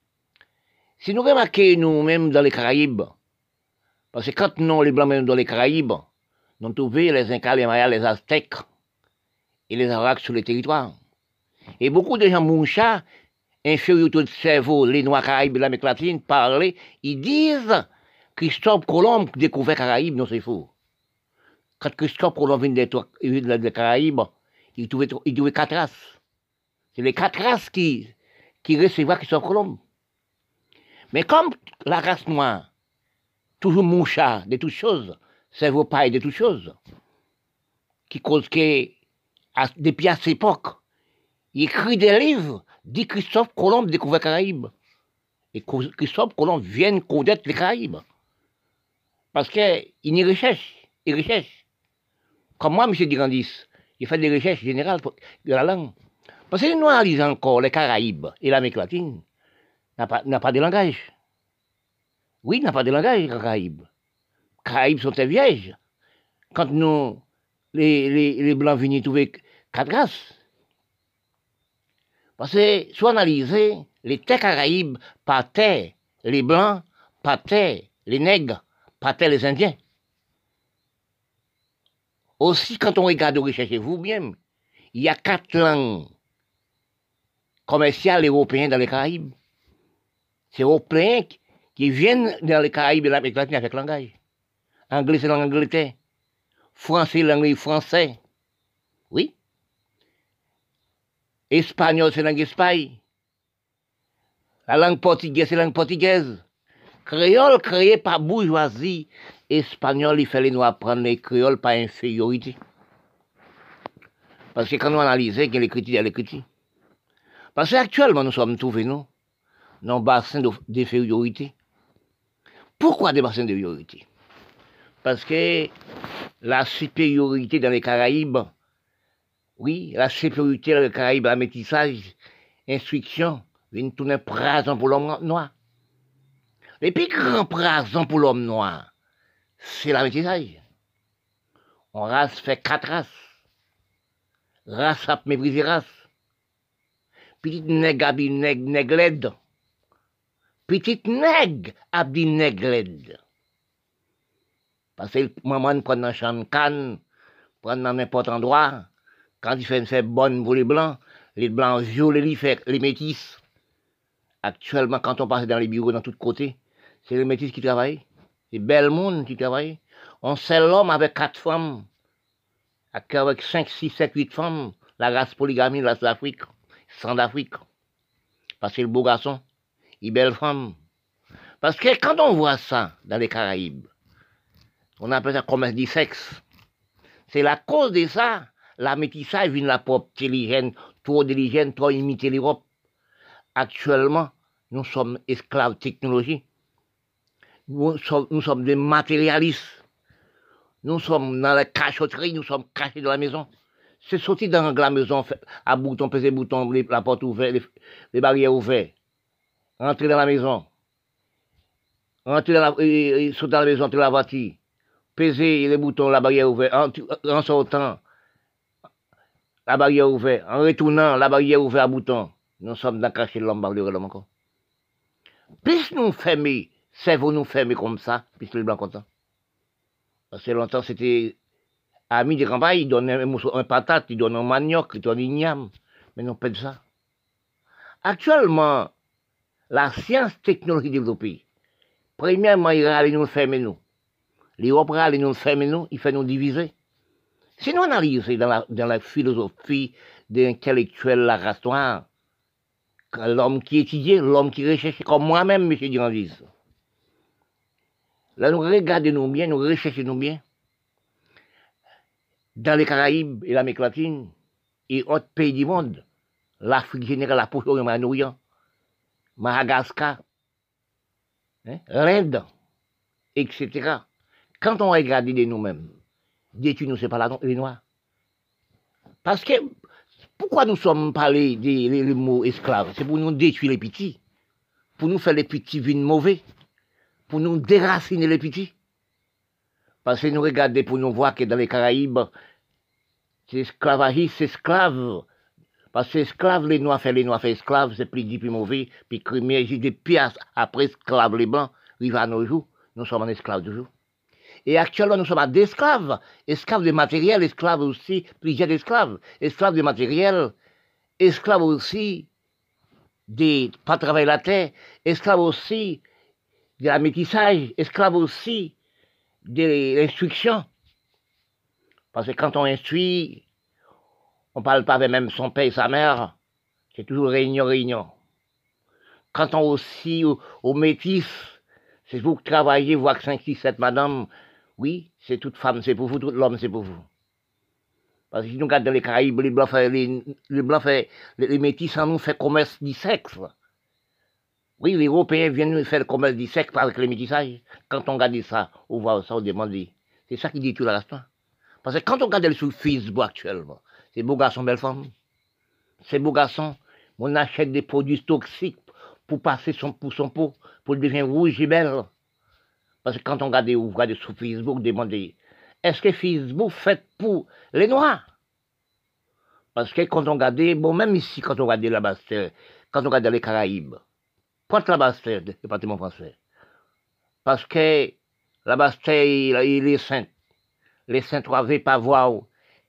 Si nous remarquons nous-mêmes dans les Caraïbes, parce que quand nous, les Blancs, dans les Caraïbes, nous trouvons les Incas, les Mayas, les Aztèques et les Arabes sur le territoire. Et beaucoup de gens moucha, infériorité de cerveau, les Noirs Caraïbes et l'Amérique latine, parlaient, ils disent Christophe Colomb découvert Caraïbes, non c'est faux. Quand Christophe Colomb vient des Caraïbes, il trouvait 4 races. C'est les 4 races qui recevaient Christophe Colomb. Mais comme la race noire, toujours moucha de toutes choses, cerveau paille de toutes choses, qui cause que, depuis à cette époque, il écrit des livres, dit Christophe Colomb découvert Caraïbes. Et Christophe Colomb vient connaître les Caraïbes. Parce qu'il y recherche, il recherche. Comme moi, M. Durandis, il fait des recherches générales de la langue. Parce que nous analysons encore les Caraïbes et l'Amérique latine, n'a pas de langage. Oui, n'a pas de langage, les Caraïbes. Les Caraïbes sont des vierges. Quand nous, les Blancs viennent trouver 4 races. Parce que, soit analysé, les terres Caraïbes partaient les Blancs, partaient les Nègres, partaient les Indiens. Aussi, quand on regarde, recherchez-vous bien, il y a 4 langues commerciales européennes dans les Caraïbes. C'est Européens qui viennent dans les Caraïbes et l'Amérique latine avec le langage. Anglais, c'est langue Angleterre. Français, langue français. Oui. Espagnol, c'est langue Espagne. La langue portugaise, c'est langue portugaise. Créole, créé par bourgeoisie. Espagnol, il fallait nous apprendre les créoles par infériorité. Parce que quand nous analysons, il y a l'écriture, il y a l'écriture. Parce qu'actuellement, nous sommes trouvés, nous, dans un bassin d'infériorité. Pourquoi des bassins d'infériorité? Parce que la supériorité dans les Caraïbes, oui, la supériorité dans les Caraïbes, la métissage, instruction, vient tourner présent pour l'homme noir. Les plus grands présents pour l'homme noir, c'est la métissage. On race fait 4 races. Race a méprisé race. Petite nègre a dit nègre laide. Petite nègre a dit nègre laide. Parce que maman prend dans chambre canne, prend dans n'importe endroit. Quand il fait une fête bonne pour les blancs violent les métis. Actuellement, quand on passe dans les bureaux dans tous côtés, c'est les métis qui travaillent. C'est bel monde qui travaille. On sait l'homme avec 4 femmes. Avec 5, 6, 7, 8 femmes. La race polygamie, la race d'Afrique. Centrafrique. Parce que le beau garçon, il est belle femme. Parce que quand on voit ça dans les Caraïbes, on appelle ça commerce du sexe. C'est la cause de ça. La métissage vient de la propre intelligence, trop intelligente, trop imiter l'Europe. Actuellement, nous sommes esclaves de technologie. Nous sommes des matérialistes. Nous sommes dans la cachotterie, nous sommes cachés dans la maison. C'est sorti dans la maison, à bouton, peser bouton, la porte ouverte, les barrières ouvertes. Entrer dans la maison. Sauter dans la maison, entrer dans la voiture. Peser les boutons, la barrière ouverte. En sortant, la barrière ouverte. En retournant, la barrière ouverte à bouton. Nous sommes dans cacher l'homme, l'homme encore. Plus nous fermons, cerveau nous fermer comme ça, plus les blancs contents. Parce que longtemps, c'était amis de campagne, ils donnaient un patate, ils donnaient un manioc, ils donnaient une igname. Mais non, pas de ça. Actuellement, la science technologique développée, premièrement, il va aller nous fermer nous. L'Europe va aller nous fermer nous, il fait nous diviser. Si nous analysons dans la philosophie d'intellectuel la race noire, l'homme qui étudie, l'homme qui recherche, comme moi-même, M. Durandis. Là, nous regardons bien, nous recherchons bien. Dans les Caraïbes et l'Amérique latine et autres pays du monde, l'Afrique générale, la Proche-Orient, Madagascar, l'Inde, etc. Quand on regarde de nous-mêmes, détruire nous, c'est pas les Noirs. Parce que, pourquoi nous sommes parlé des mots esclaves? C'est pour nous détruire les petits, pour nous faire les petits vins mauvais, pour nous déraciner les petits. Parce que nous regardons pour nous voir que dans les Caraïbes, c'est esclavagiste, c'est esclave. Parce que esclaves, les Noirs fait esclaves, c'est plus dit, plus mauvais, puis criminel, j'ai des pièces après esclaves, les Blancs, ils à nos jours, nous sommes en esclaves toujours. Et actuellement, nous sommes des esclaves, esclaves de matériel, esclaves aussi, plusieurs esclaves, esclaves de matériel, esclaves aussi de pas travailler la terre, esclaves aussi de la métissage, esclaves aussi de l'instruction. Parce que quand on instruit, on ne parle pas avec même son père et sa mère, c'est toujours réunion. Quand on aussi au métis, c'est vous qui travaillez, voir 5, 6, 7 madame, oui, c'est toute femme, c'est pour vous, tout l'homme, c'est pour vous. Parce que si nous regardons dans les Caraïbes, les Blancs les métis en nous fait commerce du sexe. Oui, les Européens viennent faire le commerce du sexe avec les métissages. Quand on regarde ça, on voit ça, on demande. C'est ça qui dit tout le reste. Parce que quand on regarde sur Facebook actuellement, c'est beaux garçons, belles femmes. C'est beaux garçons, on achète des produits toxiques pour passer pour son peau, pour le devenir rouge et belle. Parce que quand on regarde sur Facebook, demandez, est-ce que Facebook fait pour les Noirs? Parce que quand on regarde, bon, même ici, quand on regarde la Bastère, quand on regarde les Caraïbes, porte la Bastère, le département français. Parce que la Bastère, il est sainte. Les saints ne pouvaient pas voir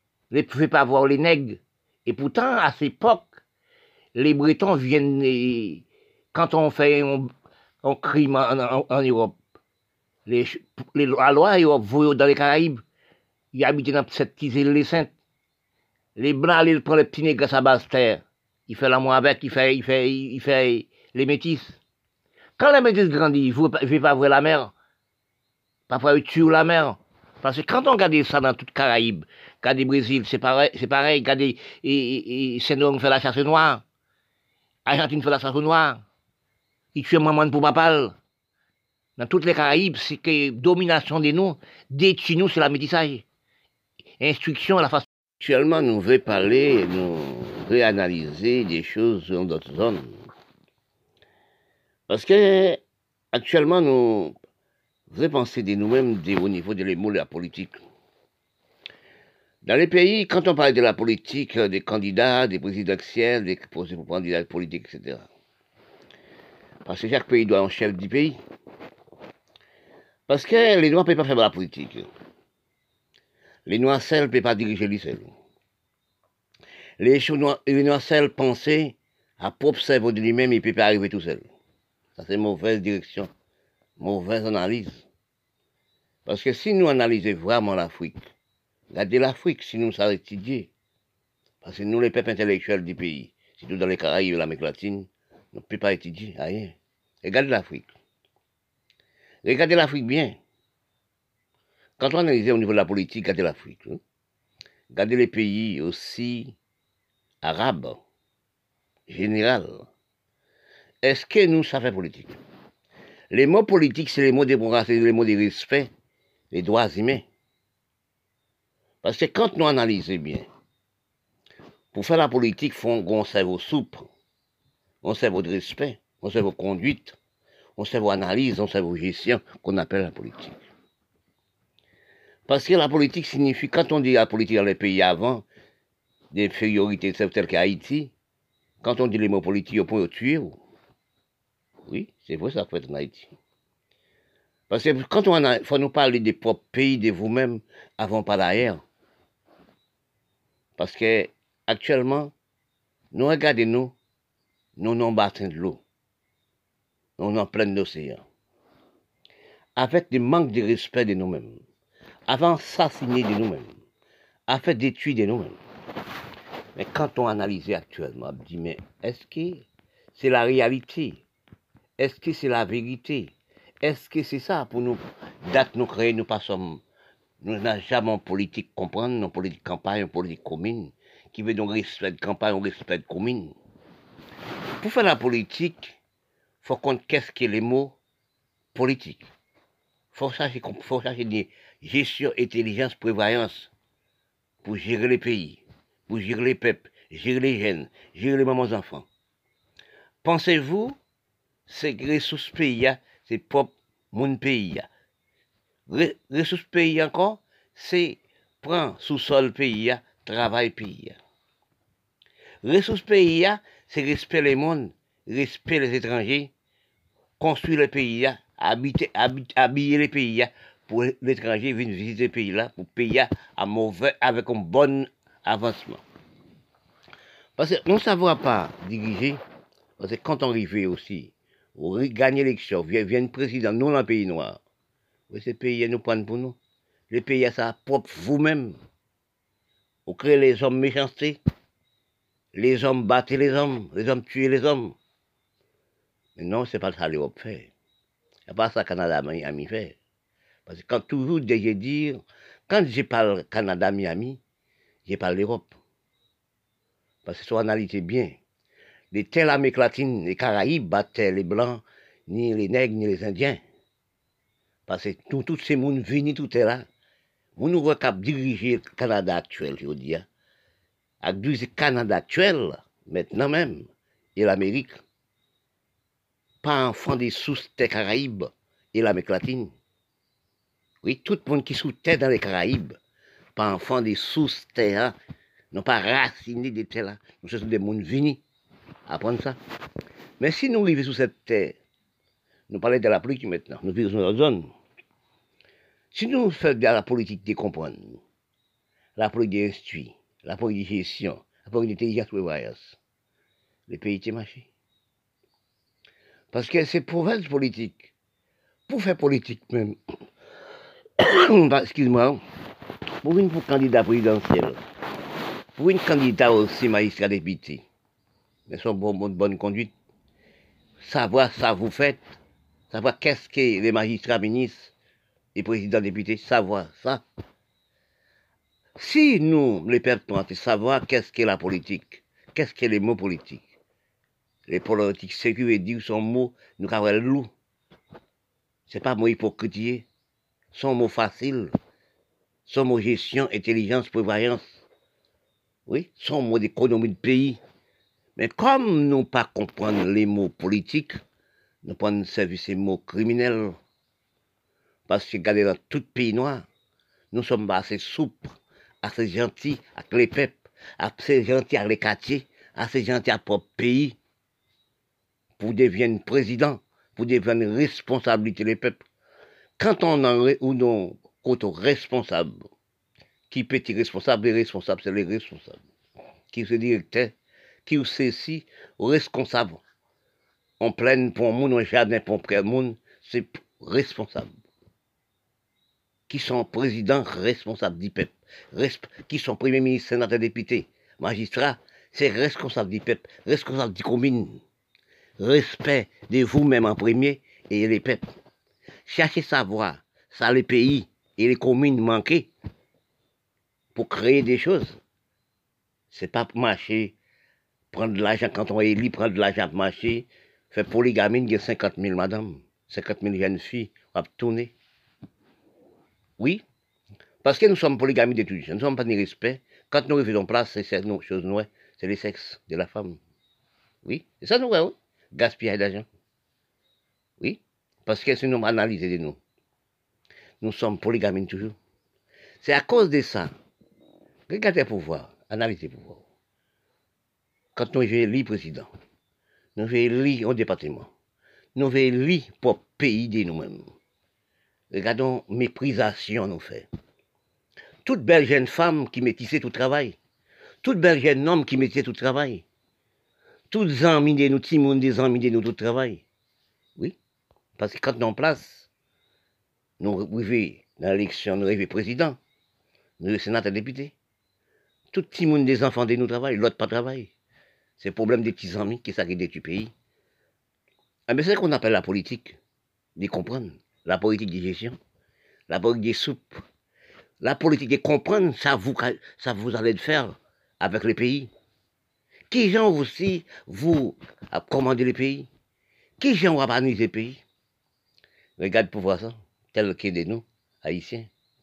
les nègres. Et pourtant, à cette époque, les Bretons viennent, quand on fait un crime en Europe, la loi Europe, dans les Caraïbes, ils habitaient dans cette petite île les Saintes. Les Blancs, ils prennent les petits nègres à Bastère. Il fait l'amour avec, il fait les métis. Quand les métis grandissent, ils ne vont pas voir la mer. Parfois, ils tuent la mer. Parce que quand on regarde ça dans toute Caraïbes, regarde le Brésil, c'est pareil, regarde Saint-Domingue fait la chasse noire. Argentine fait l'assassin noir. Il tue maman pour papa. Dans toutes les Caraïbes, c'est que domination de nous, détruit nous, c'est la métissage. Instruction à la façon. Actuellement, nous voulons parler, nous réanalyser des choses dans d'autres zones. Parce que, actuellement, nous voulons penser de nous-mêmes au niveau de l'émoi de la politique. Dans les pays, quand on parle de la politique, des candidats, des présidentiels, des candidats politiques, etc. Parce que chaque pays doit un chef du pays. Parce que les Noirs ne peuvent pas faire de la politique. Les Noirs seuls ne peuvent pas diriger les seuls. Les Noirs seuls penser à propre cerveau de lui-même, il ne peut pas arriver tout seul. Ça, c'est mauvaise direction, mauvaise analyse. Parce que si nous analysons vraiment l'Afrique, regardez l'Afrique, si nous savons étudier, parce que nous, les peuples intellectuels du pays, surtout dans les Caraïbes et l'Amérique latine, on ne peut pas étudier rien. Regardez l'Afrique. Regardez l'Afrique bien. Quand on analyse au niveau de la politique, regardez l'Afrique. Hein? Regardez les pays aussi arabes, général. Est-ce que nous savons politique? Les mots politiques, c'est les mots de démocratie, c'est les mots de respect, les droits humains. Parce que quand nous analysons bien, pour faire la politique, il faut qu'on cerveau souple, on cerveau de respect, on cerveau conduite, on cerveau analyse, on cerveau gestion, qu'on appelle la politique. Parce que la politique signifie, quand on dit la politique dans les pays avant, des infériorités telles qu'Haïti, quand on dit les mots politiques, on peut tuer. Oui, c'est vrai ça fait en Haïti. Parce que quand il faut nous parler des propres pays, de vous-même, avant pas d'ailleurs. Parce que actuellement, nous regardons nous non battons de l'eau. Nous en plein d'océan. Avec des manques de respect de nous-mêmes. Avant assassiner de nous-mêmes. Avec détruire de nous-mêmes. Mais quand on analyse actuellement, on dit, mais est-ce que c'est la réalité? Est-ce que c'est la vérité? Est-ce que c'est ça pour nous, date nous créer, nous pas sommes, nous n'avons jamais en politique comprendre, non politique campagne, politique commune, qui veut donc respect de campagne, ou respect de commune. Pour faire la politique, il faut qu'on qu'est-ce que les mots politiques. Il faut chercher des gestion, intelligence, prévoyance pour gérer les pays, pour gérer les peuples, gérer les jeunes, gérer les mamans enfants. Pensez-vous, ces ressources pays, c'est propre mon pays. Ressources pays encore, c'est prendre sous-sol pays, travail pays. Ressources pays, c'est respect les mondes, respect les étrangers, construire les pays, habiller les pays pour l'étranger venir visiter le pays là, pour payer à mauvais, avec un bon avancement. Parce que nous ne savons pas diriger, parce que quand on arrive aussi, on gagne l'élection, vient président, nous, dans le pays noir. Ces pays nous prennent pour nous. Les pays à ça propre vous-même. Vous créez les hommes méchancetés. Les hommes battent les hommes tuent les hommes. Mais non, c'est pas ça l'Europe fait. C'est pas ça que le Canada, Miami fait. Parce que quand toujours, je dire, quand je parle Canada, Miami, je parle l'Europe. Parce que si on analyse bien, les telles Amérique latine, les Caraïbes battent les Blancs, ni les Nègres, ni les Indiens. Parce que tous ces mondes venus, tout est là. Vous nous voyez diriger le Canada actuel, je veux dire. À diriger le Canada actuel, maintenant même, et l'Amérique. Pas enfant des sous-terres Caraïbes et l'Amérique latine. Oui, tout le monde qui sous-terre dans les Caraïbes, pas enfant des sous-terres, non pas racinés des terres là. Nous sommes des mondes venus apprendre ça. Mais si nous vivons sur cette terre, nous parlons de la politique maintenant, nous vivons dans notre zone. Si nous faisons de la politique de comprendre, la politique d'instruire, la politique de gestion, la politique d'intelligence prévoyance, le pays est marché. Parce que c'est pour faire politique, pour faire politique même, excuse-moi, pour une candidat présidentiel, pour une candidat aussi magistrat député, mais son bonne conduite, savoir ça vous faites, savoir qu'est-ce que les magistrats ministres et présidents députés, savoir ça. Si nous, les peuples, savoir qu'est-ce qu'est la politique, qu'est-ce qu'est les mots politiques, Les politiques sécurité dire son mot, nous avons le loup. C'est pas mot hypocrite, son mot facile, son mot gestion, intelligence, prévoyance. Oui, son mot d'économie de pays. Mais comme nous pas comprendre les mots politiques, nous prenons service ces mots criminels. Parce que regardez dans tout pays noir, nous sommes pas assez souples, assez gentils avec les peuples, assez gentils avec les quartiers, assez gentils avec le propre pays, pour devenir président, pour devenir responsabilité des peuples. Quand on a ou non auto responsable, qui peut être responsable, les responsables, c'est les responsables. Qui se directeur, qui c'est si responsable. En pleine pour moun, en jardin pour près moun, c'est responsable. Qui sont présidents responsables du peuple, qui sont premiers ministres, sénateurs, députés, magistrats, c'est responsable du peuple, responsable du commune. Respect de vous-même en premier et les peuples. Cherchez savoir, ça les pays et les communes manquent pour créer des choses. C'est pas pour marcher, prendre de l'argent quand on est élu, prendre de l'argent pour marcher, faire polygamie, il y a 50 000 madame, 50 000 jeunes filles, on va tourner. Oui, parce que nous sommes polygamies de tous, nous ne sommes pas de respect. Quand nous revenons en place, c'est une chose noire, c'est le sexe de la femme. Oui, c'est ça nous, oui. Gaspillage d'argent. Oui, parce que si nous analysons de nous, nous sommes polygamies toujours. C'est à cause de ça. Regardez le pouvoir, analysez le pouvoir. Quand nous élire président, nous élire un département, nous élire pour pays de nous-mêmes. Regardons méprisation nous fait. Toute belle jeune femme qui métissait tout travail, toute belle jeune homme qui métissait tout travail, toutes amis de nous, tout des amis de nous tout travail. Oui, parce que quand nous en place, nous arrivons dans l'élection, nous arrivons président, nous arrivons sénateur député. Tout le monde des enfants de nous travaillent, l'autre pas travaille. C'est le problème des petits amis qui s'arrêtent du pays. Mais c'est ce qu'on appelle la politique, de comprendre. La politique de gestion, la politique des soupes, la politique de comprendre, ça vous allez le faire avec les pays. Qui gens aussi vous commandez les pays? Qui gens vous organiser les pays? Regardez pour voir ça, tel que de nous, haïtiens.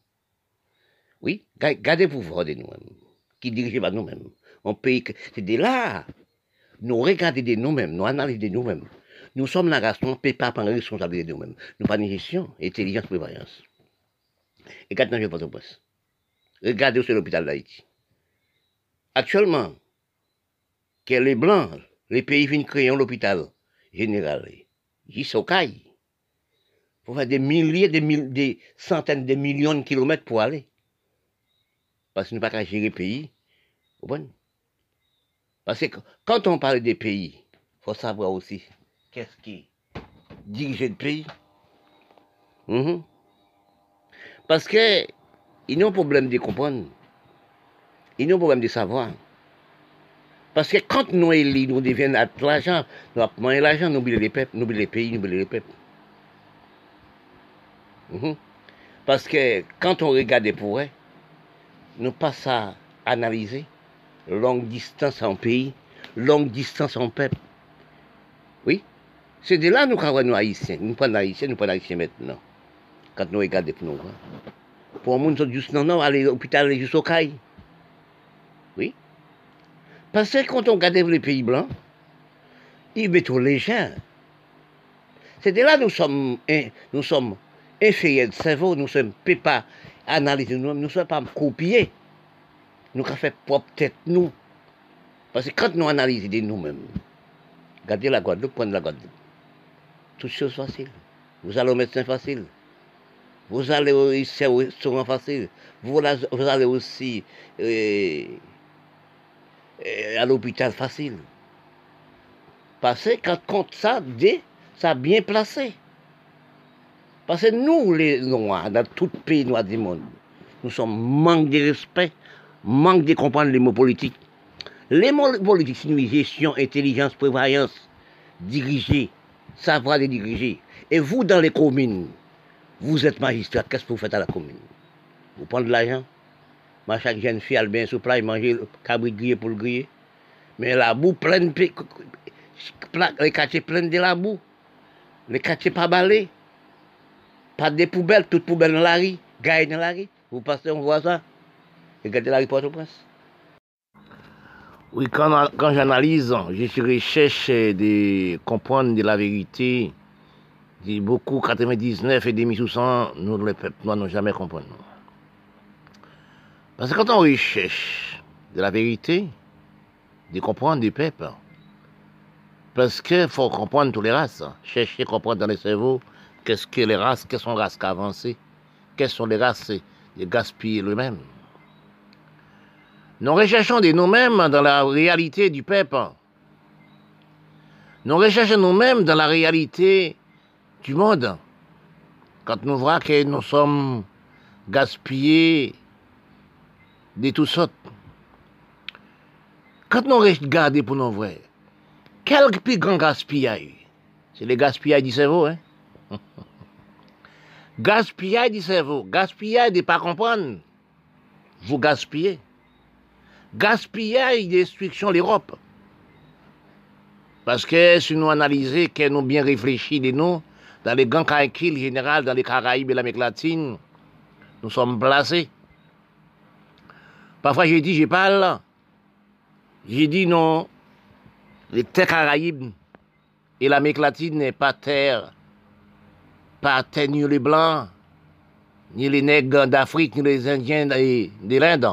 Oui, regardez le pouvoir de nous-mêmes, qui dirige par nous-mêmes. On pays, c'est de là, nous regardons de nous-mêmes, nous analysons de nous-mêmes. Nous sommes la race, on ne peut pas prendre responsabilité de nous-mêmes. Nous pas de gestion, intelligence, prévoyance. Et quand je votre presse, regardez sur l'hôpital d'Haïti. Actuellement, que les Blancs, les pays viennent créer un hôpital général, ils sont cailles. Il faut faire des milliers, des centaines de millions de kilomètres pour aller. Parce que nous ne pouvons pas gérer le pays. Parce que quand on parle des pays, il faut savoir aussi qu'est-ce qui dirige le pays. Parce que ils n'ont pas de problème de comprendre. Ils n'ont pas de problème de savoir. Parce que quand nous élus, nous devenons à l'argent, nous avons l'argent, nous oublions les peuples, nous oublions les pays, nous oublions les peuples. Parce que quand on regarde pour eux, nous passons à analyser longue distance en pays, longue distance en peuple. Oui, c'est de là nous avons nous haïtiens. Nous prenons haïtiens, nous prenons haïtiens maintenant. Quand nous regardons pour nous. Pour nous, nous juste non, aller à l'hôpital, aller juste au caille. Oui. Parce que quand on regarde les pays blancs, ils mettent trop légers. C'est de là nous sommes inférieurs de cerveau, nous ne sommes pas analyser nous, nous ne sommes pas copier. Nous avons fait propre tête nous. Parce que quand nous analysons de nous-mêmes, regardez la Guadeloupe, prenez la Guadeloupe. Toutes choses faciles. Vous allez au médecin facile. Vous allez au restaurant facile. Vous allez aussi à l'hôpital facile. Parce que quand compte ça, ça bien placé. Parce que nous, les Noirs, dans tout pays noir du monde, nous sommes manque de respect, manque de comprendre les mots politiques. Les mots politiques signifient gestion, intelligence, prévoyance, diriger, savoir les diriger. Et vous, dans les communes, vous êtes magistrat, qu'est-ce que vous faites à la commune? Vous prenez de l'argent, chaque jeune fille, elle bien sous plat, manger le cabri grillé pour le griller. Mais la boue pleine, les quartiers pleins de la boue, les quartiers pas balés, pas des poubelles, toutes poubelles dans la rue, gaillent dans la rue. Vous passez, on voit ça. Regardez la rue Port-au-Prince. Oui, quand j'analyse, je recherche de comprendre de la vérité. Beaucoup, 99 et demi % nous, le peuple, nous n'avons jamais compris. Parce que quand on recherche de la vérité, de comprendre du peuple, parce qu'il faut comprendre toutes les races, chercher à comprendre dans les cerveaux qu'est-ce que les races, quelles sont les races qui avancent, quelles sont les races de gaspiller eux-mêmes. Nous recherchons de nous-mêmes dans la réalité du peuple. Nous recherchons nous-mêmes dans la réalité du monde. Quand nous voyons que nous sommes gaspillés de toutes sortes. Quand nous regardons pour nous voir, quel plus grand gaspillage? C'est le gaspillage du cerveau, hein? Gaspillage du cerveau, gaspillage de ne pas comprendre. Vous gaspillez. Gaspillage d'instruction l'Europe. Parce que si nous analysons, que nous bien réfléchis de nous, dans les grands calculs généraux, dans les Caraïbes et l'Amérique latine, nous sommes placés. Parfois, je parle, j'ai dit non, les terres Caraïbes et l'Amérique latine n'est pas terre ni les Blancs, ni les nègres d'Afrique, ni les Indiens de l'Inde.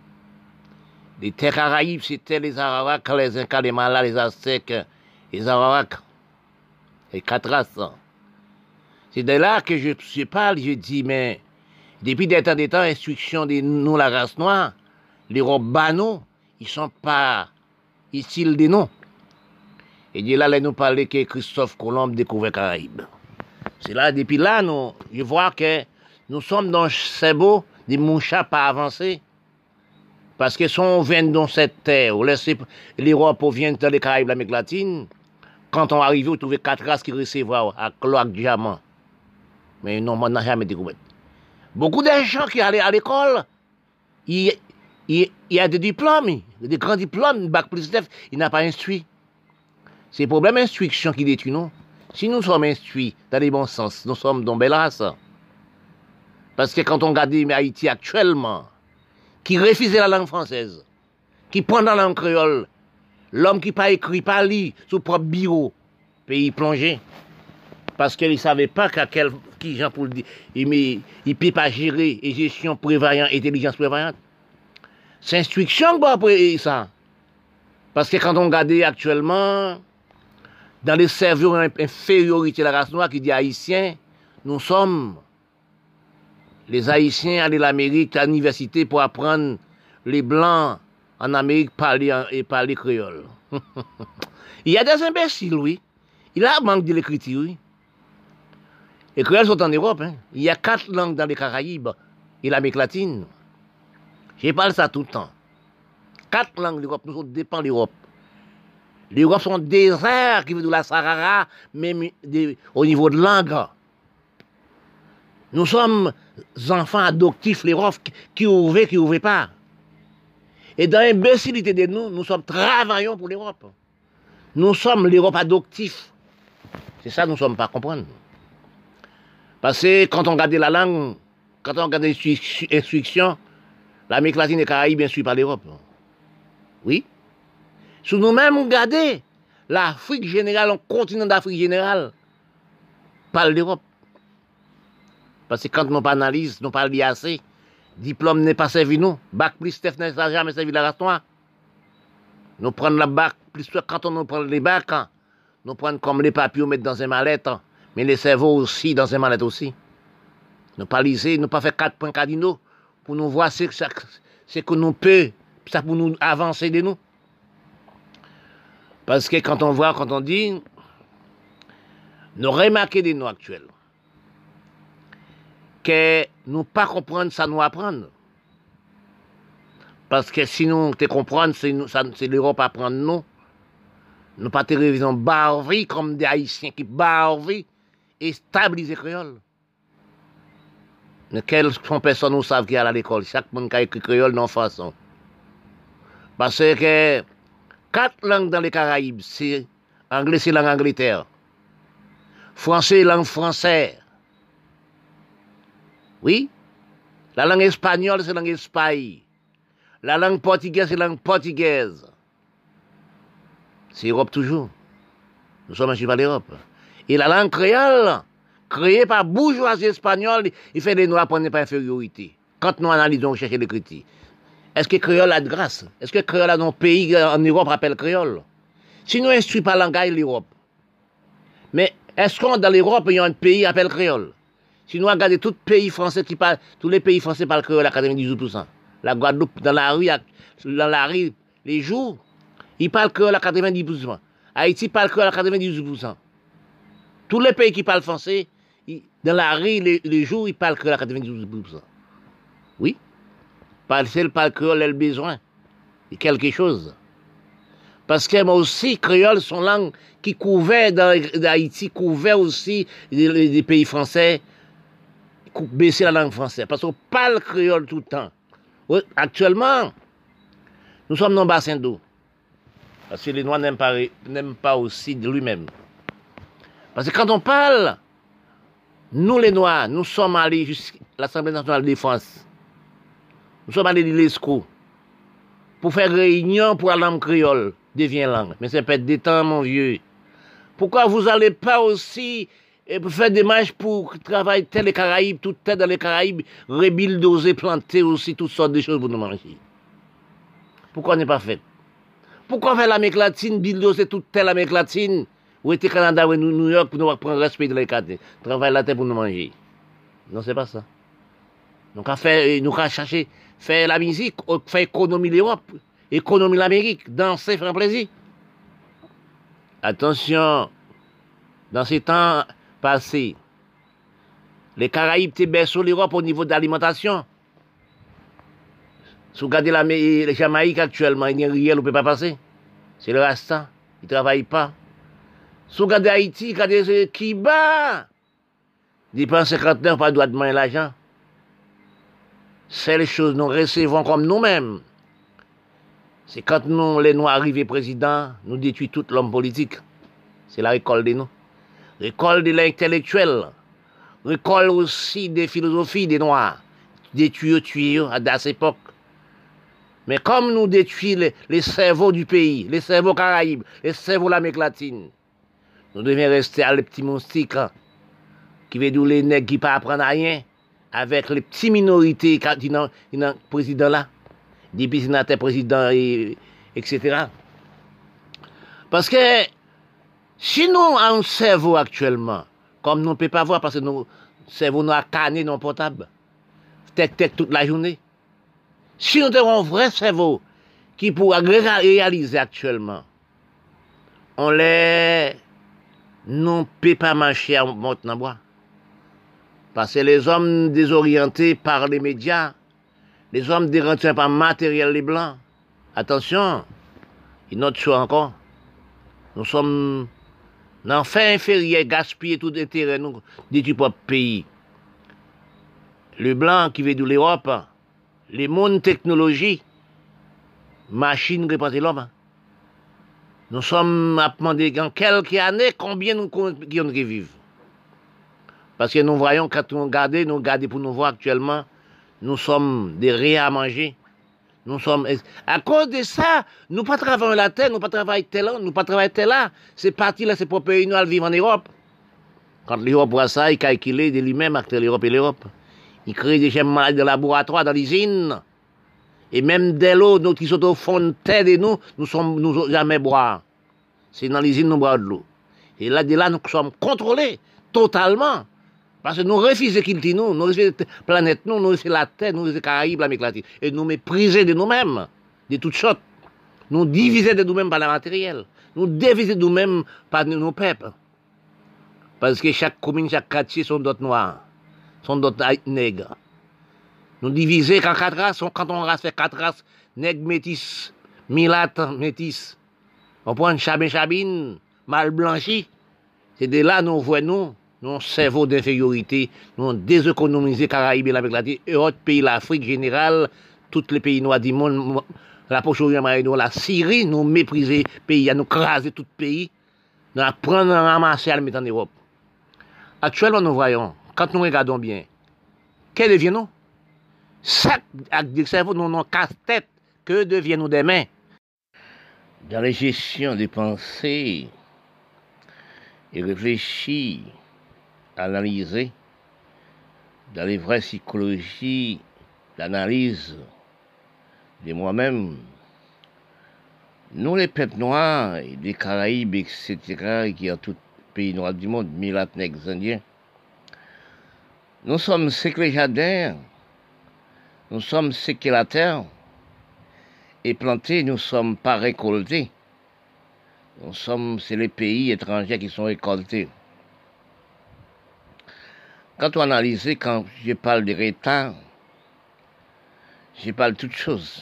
Les terres Caraïbes, c'était les Arawaks, les Incas, les Malas, les Aztèques, les Arawaks, les quatre races. C'est de là que je parle, je dis, mais depuis des temps, instruction de nous, la race noire, les Robanos, ils ne sont pas ici des noms. Et de là, nous parler que Christophe Colomb découvert Caraïbes. C'est là, depuis là, je vois que nous sommes dans ce cerveau des mouchards pas avancés. Parce que si on vient dans cette terre, on laisse l'Europe vient dans les Caraïbes, l'Amérique latine, quand on arrive, on trouve 4 races qui recevront à cloaque diamant. Mais non, on n'a jamais découvert. Beaucoup de gens qui allaient à l'école, il y a des diplômes, des grands diplômes, bac plus 9, il n'a pas instruit. C'est le problème d'instruction qui détruit nous. Si nous sommes instruits dans les bons sens, nous sommes dans belle race. Parce que quand on regarde Haïti actuellement, qui refuse la langue française, qui prend la langue créole, l'homme qui pas écrit, pas lit, sous propre bureau, pays plongé. Parce qu'il ne savait pas qui gens pour le dire, il ne peut pas gérer et gestion prévoyante, intelligence prévoyante. C'est instruction après ça. Parce que quand on regarde actuellement, dans les cerveaux infériorité de la race noire qui dit haïtien, nous sommes les Haïtiens aller à l'Amérique, à l'université pour apprendre les Blancs en Amérique parler créole. Il y a des imbéciles, oui. Il y a un manque de l'écriture, oui. Les créoles sont en Europe. Hein. Il y a 4 langues dans les Caraïbes et l'Amérique latine. Je parle ça tout le temps. 4 langues d'Europe, nous dépend de l'Europe. L'Europe sont déserts qui veut de la Sahara, même au niveau de langue. Nous sommes enfants adoptifs, l'Europe, qui ouvrent pas. Et dans l'imbécilité de nous, nous sommes travaillons pour l'Europe. Nous sommes l'Europe adoptif. C'est ça que nous ne sommes pas comprendre. Parce que quand on regarde la langue, quand on regarde l'instruction, l'Amérique latine et les Caraïbes, bien sûr, par l'Europe. Oui. Si nous-mêmes regardons l'Afrique générale, le continent d'Afrique générale, par l'Europe. Parce que quand nous pas analysons, nous pas liés assez, diplôme n'est pas servi nous, bac plus 9 n'a jamais servi la race noire. Nous prenons la bac plus quand on nous prend les bacs, nous prenons comme les papiers, nous mettons dans une mallette, mais les cerveaux aussi dans une mallette aussi. Nous pas liser, nous pas faire 4 points cardinaux pour nous voir ce que nous peut, ça pour nous avancer de nous. Parce que quand on voit, quand on dit, nous remarquons de nous actuels, que nous pas comprendre, ça nous apprendre. Parce que si nous te comprendre, c'est l'Europe apprendre nous. Nous pas te révisons barvi comme des Haïtiens qui barvi et stabiliser créole. Mais quelles personnes nous savent qui est à l'école? Chaque monde qui a écrit créole non façon. Parce que 4 langues dans les Caraïbes, c'est Anglais, c'est langue Angleterre. Français, langue française. Oui. La langue espagnole, c'est langue Espagne. La langue portugaise, c'est langue portugaise. C'est Europe toujours. Nous sommes un cheval d'Europe. Et la langue créole, créée par bourgeoisie espagnole, il fait des noirs prendre par infériorité. Quand nous analysons, chercher les critiques. Est-ce que créole a de grâce? Est-ce que créole a dans pays en Europe rappelle créole? Si nous instruisons pas langage l'Europe. Mais est-ce qu'on dans l'Europe, il y a un pays qui appelle créole? Si nous regardons tous les pays français parlent créole à 98%. La Guadeloupe, dans la rue, les jours, ils parlent créole à 90%. Haïti parle créole à 98%. Tous les pays qui parlent français, dans la rue, les jours, ils parlent créole à 98%. Oui. Parle créole, elle a besoin de quelque chose. Parce que moi aussi, créole, son langue qui couvert d'Haïti, couvert aussi des pays français, baisser la langue française. Parce qu'on parle créole tout le temps. Actuellement, nous sommes dans le bassin d'eau. Parce que les Noirs n'aiment pas aussi de lui-même. Parce que quand on parle, nous les Noirs, nous sommes allés jusqu'à l'Assemblée nationale de défense. Nous sommes allés de l'ESCO pour faire réunion pour la langue créole devient langue. Mais c'est pas des temps, mon vieux. Pourquoi vous n'allez pas aussi faire des marches pour travailler tel les Caraïbes, tout tel dans les Caraïbes, rebuildoser, planter aussi toutes sortes de choses pour nous manger? Pourquoi on n'est pas fait? Pourquoi faire l'Amérique latine, bulldozer toute telle l'Amérique latine, ou était Canada ou New York pour nous prendre respect de l'État, travailler la terre pour nous manger? Non, c'est pas ça. Donc, nous avons cherché faire la musique, faire économie l'Europe, économie l'Amérique, danser, faire un plaisir. Attention, dans ces temps passés, les Caraïbes étaient berceau l'Europe au niveau de l'alimentation. Si vous regardez les Jamaïque actuellement, il n'y a rien, on ne peut pas passer. C'est le Rasta, ils ne travaillent pas. Si vous regardez Haïti, regardez Kiba, dépense 59 pas droit de main l'argent. C'est les choses nous recevons comme nous-mêmes. C'est quand nous, les Noirs, arrivés président, nous détruisons tout l'homme politique. C'est la récolte de nous. Récolte de l'intellectuel. Récolte aussi des philosophies des Noirs. Détruire à cette époque. Mais comme nous détruisons les cerveaux du pays, les cerveaux caraïbes, les cerveaux de l'Amérique latine, nous devons rester à les petits moustiques, qui veulent dire les nègres qui ne peuvent apprendre rien, avec les petites minorités qui sont dans le président là, des sénateurs, présidents, etc. Parce que si nous avons un cerveau actuellement, comme nous ne pouvons pas voir parce que nos cerveaux nous a canné dans le portable, tête toute la journée, si nous avons un vrai cerveau qui pourra réaliser actuellement, on ne peut pas marcher à monter dans le bois. Parce que les hommes désorientés par les médias, les hommes désorientés par le matériel les blancs, attention, une autre chose encore, nous sommes dans fin inférieur, gaspiller tout intérêt du propre pays. Le blanc qui veut de l'Europe, les mondes technologie, machine représenter l'homme. Nous sommes à demander dans quelques années combien nous vivons. Parce que nous voyons, quand nous regardons pour nous voir actuellement, nous sommes des rien à manger. Nous sommes. À cause de ça, nous ne pas travaillons la terre, nous ne pas travaillons tel là, nous pas travaillons tel là. C'est parti là, c'est pour pays nous à vivre en Europe. Quand l'Europe voit ça, il calcule de lui-même entre l'Europe et l'Europe. Il crée des gemmes malades de laboratoire, dans l'usine. Et même dès l'eau, nous qui sont au fond de terre de nous jamais boire. C'est dans l'usine nous boire de l'eau. Et là, nous sommes contrôlés totalement. Parce que nous refusons qu'il nous refusons la planète, nous refusons la terre, nous refusons les Caraïbes, l'Amérique latine. Et nous mépriser de nous-mêmes, de toutes choses. Nous diviser de nous-mêmes par le matériel. Nous diviser de nous-mêmes par nos peuples. Parce que chaque commune, chaque quartier sont d'autres noirs, sont d'autres nègres. Nous diviser quand on fait 4 races, nègres, métis, milates, métis. On prend une chabine, mal blanchi. C'est de là nous voyons nos cerveaux d'infériorité, nous déséconomisé Caraïbes et l'Amérique latine, et autres pays, l'Afrique générale, tous les pays noirs du monde, la Proche-Orient, la Syrie, nous mépriser pays, nous craser tout pays. Nous apprenons à ramasser à le mettre en Europe. Actuellement, nous voyons, quand nous regardons bien, que deviennent-nous? Chaque acte de cerveau, nous casse-tête. Que deviennent-nous demain? Dans les gestions des pensées, et réfléchir, analyser, dans les vraies psychologies, l'analyse de moi-même, nous les peuples noirs, et des Caraïbes, etc., qui ont tout pays noir du monde, Milates, nègres, indiens, nous sommes ce que les jardins, nous sommes ce que la terre, et plantés, nous ne sommes pas récoltés. C'est les pays étrangers qui sont récoltés. Quand on analyse, quand je parle de retard, je parle de toutes choses.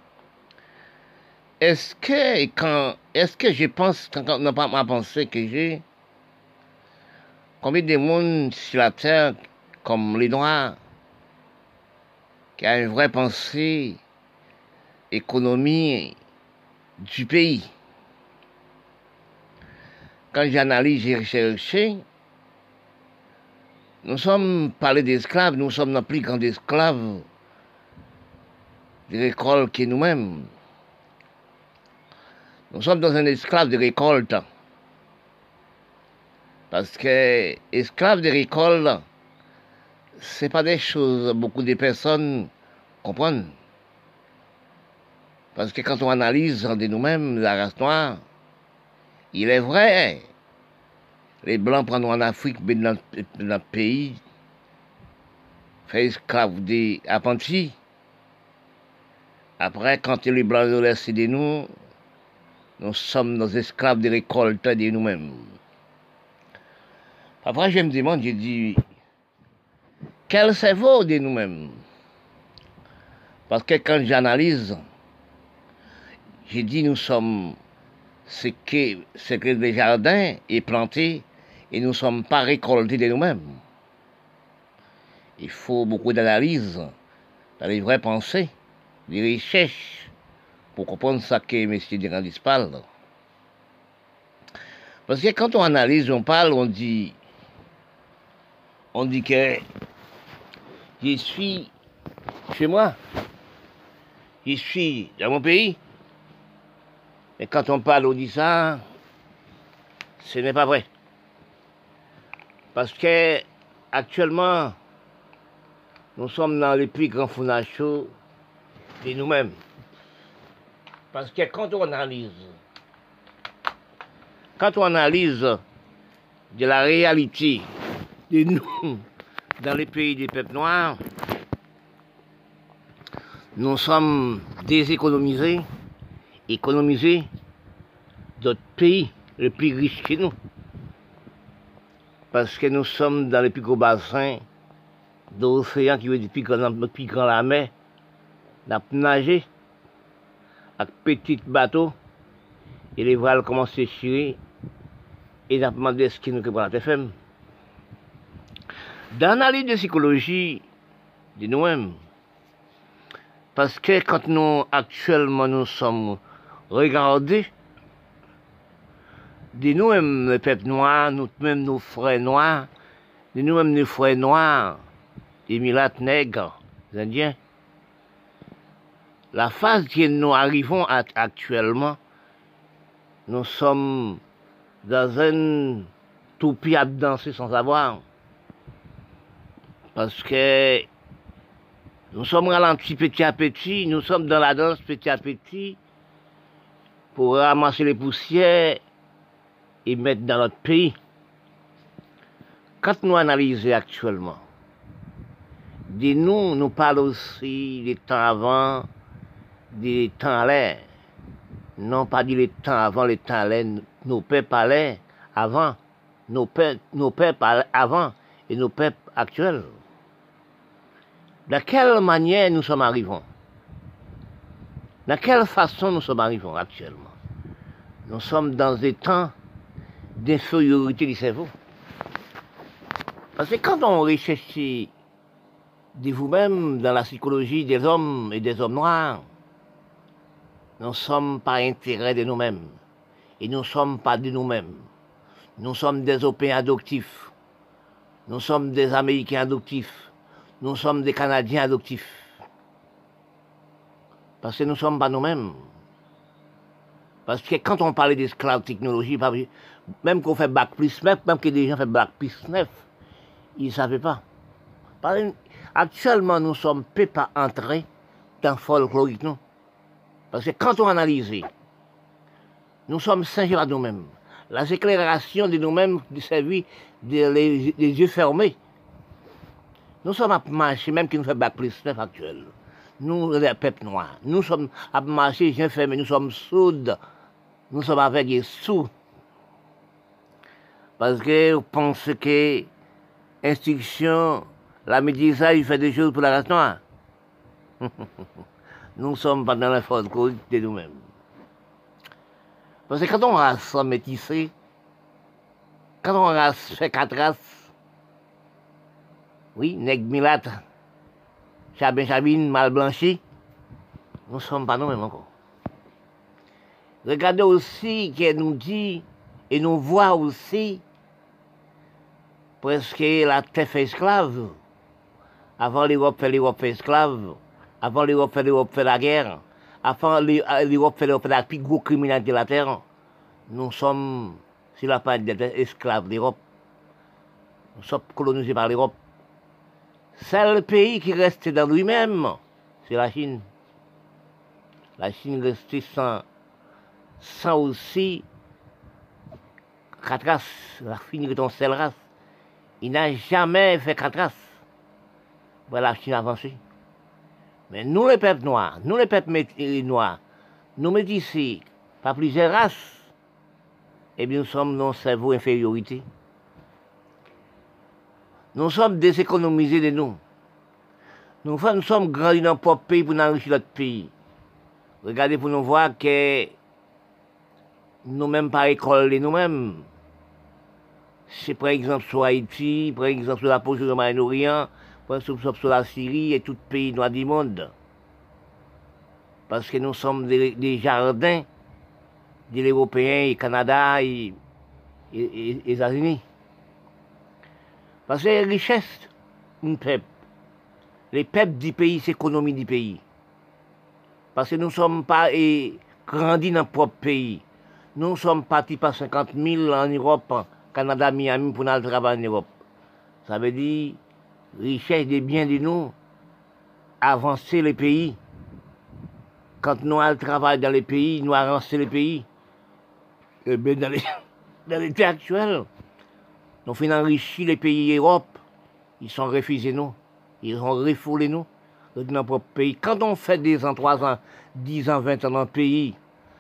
Est-ce que je pense, quand on n'a pas ma pensée que j'ai, combien de monde sur la terre, comme les Noirs, qui a une vraie pensée, économie du pays. Quand j'analyse, j'ai recherché, nous sommes parlés d'esclaves, nous sommes les plus grands esclaves de récolte que nous-mêmes. Nous sommes dans un esclave de récolte. Parce que esclave de récolte, ce n'est pas des choses que beaucoup de personnes comprennent. Parce que quand on analyse de nous-mêmes la race noire, il est vrai, les Blancs prennent en Afrique, mais dans notre pays, fait esclaves des apprentis. Après, quand les Blancs nous laissent de nous, nous sommes nos esclaves de récolte de nous-mêmes. Après, je me demande, je dis, quel cerveau de nous-mêmes? Parce que quand j'analyse, je dis, nous sommes ce que les jardins est planté et nous ne sommes pas récoltés de nous-mêmes. Il faut beaucoup d'analyse dans les vraies pensées, des recherches pour comprendre ça que M. Durandis parle. Parce que quand on analyse, on parle, on dit que je suis chez moi, je suis dans mon pays. Mais quand on parle, on dit ça, ce n'est pas vrai. Parce que actuellement, nous sommes dans les plus grands fondations de nous-mêmes. Parce que quand on analyse de la réalité de nous dans les pays des peuples noirs, nous sommes déséconomisés, économisés d'autres pays les plus riches que nous. Parce que nous sommes dans les plus gros bassins d'océan qui veut dire plus grand la mer. Nous avons nagé avec petits bateaux et les voiles commencent à chier et nous avons demandé ce qu'il nous prend la TFM. Dans l'analyse de psychologie de nous-mêmes, parce que quand nous actuellement nous sommes regardés de nous-mêmes, les peuples noirs, nous-mêmes nos frères noirs, de nous-mêmes nos frères noirs, les Milates, nègres, les Indiens, la phase que nous arrivons actuellement, nous sommes dans un toupie à danser sans savoir. Parce que nous sommes ralentis petit à petit, nous sommes dans la danse petit à petit pour ramasser les poussières et mettre dans notre pays. Quand nous analysons actuellement, de nous parlons aussi des temps avant, des temps à l'air. Non pas dit les temps avant, les temps à l'air. Nos pères parlaient avant, nos pères parlaient avant et nos pères actuels. De quelle manière nous sommes arrivés? De quelle façon nous sommes arrivés actuellement? Nous sommes dans des temps d'infériorité du cerveau. Parce que quand on réfléchit de vous-même dans la psychologie des hommes et des hommes noirs, nous ne sommes pas intérêts de nous-mêmes. Et nous ne sommes pas de nous-mêmes. Nous sommes des Européens adoptifs. Nous sommes des Américains adoptifs. Nous sommes des Canadiens adoptifs. Parce que nous ne sommes pas nous-mêmes. Parce que quand on parlait d'esclaves technologie, même qu'on fait bac plus 9, même que des gens font bac plus 9, ils ne savaient pas. Actuellement, nous sommes pas entrés dans le folklorique, non. Parce que quand on analyse, nous sommes singes à nous-mêmes. La éclairation de nous-mêmes servit des yeux fermés. Nous sommes à marcher, même qui nous fait bac plus 9 actuel. Nous, les peuples noirs, nous sommes à marcher, yeux fermés, nous sommes sourds. Nous sommes avec les sous. Parce que vous pensez que l'instruction, la médecine, il fait des choses pour la race noire. Nous ne sommes pas dans la force de nous-mêmes. Parce que quand on race métissée, quand on race fait 4 races, oui, nègre milat, chabine, mal blanchi, nous ne sommes pas nous-mêmes encore. Regardez aussi qu'elle nous dit, et nous voit aussi, presque la terre fait esclave. Avant l'Europe fait esclave. Avant l'Europe fait la guerre. Avant l'Europe fait la plus grosse criminalité de la terre. Nous sommes, sur la part des esclaves d'Europe. Nous sommes colonisés par l'Europe. C'est le pays qui reste dans lui-même, c'est la Chine. La Chine restait sans aussi 4 races. La Chine est une seule race. Il n'a jamais fait 4 races. Voilà la Chine avancée. Mais nous, les peuples noirs, nous, les peuples noirs, nous métissés par plusieurs races, eh bien, nous sommes dans un cerveau infériorité. Nous sommes déséconomisés de nous. Nous sommes grandis dans notre propre pays pour enrichir notre pays. Regardez pour nous voir que nous-mêmes par école de nous-mêmes. C'est par exemple sur Haïti, par exemple sur la position du Moyen-Orient, par exemple sur la Syrie et tout pays noir du monde. Parce que nous sommes des jardins de l'Européen, et Canada et les États-Unis. Parce que les richesses d'un peuple, les peuples du pays, c'est l'économie du pays. Parce que nous ne sommes pas grandis dans notre propre pays. Nous sommes partis par 50 000 en Europe, Canada, Miami, pour aller travailler en Europe. Ça veut dire, richesse des biens de nous, avancer les pays. Quand nous allons travailler dans les pays, nous avancer les pays. Et bien dans l'état actuel, nous faisons enrichir les pays Europe. Ils sont refusés nous. Ils ont refoulé nous dans notre propre pays. Quand on fait 2 ans, 3 ans, 10 ans, 20 ans dans le pays,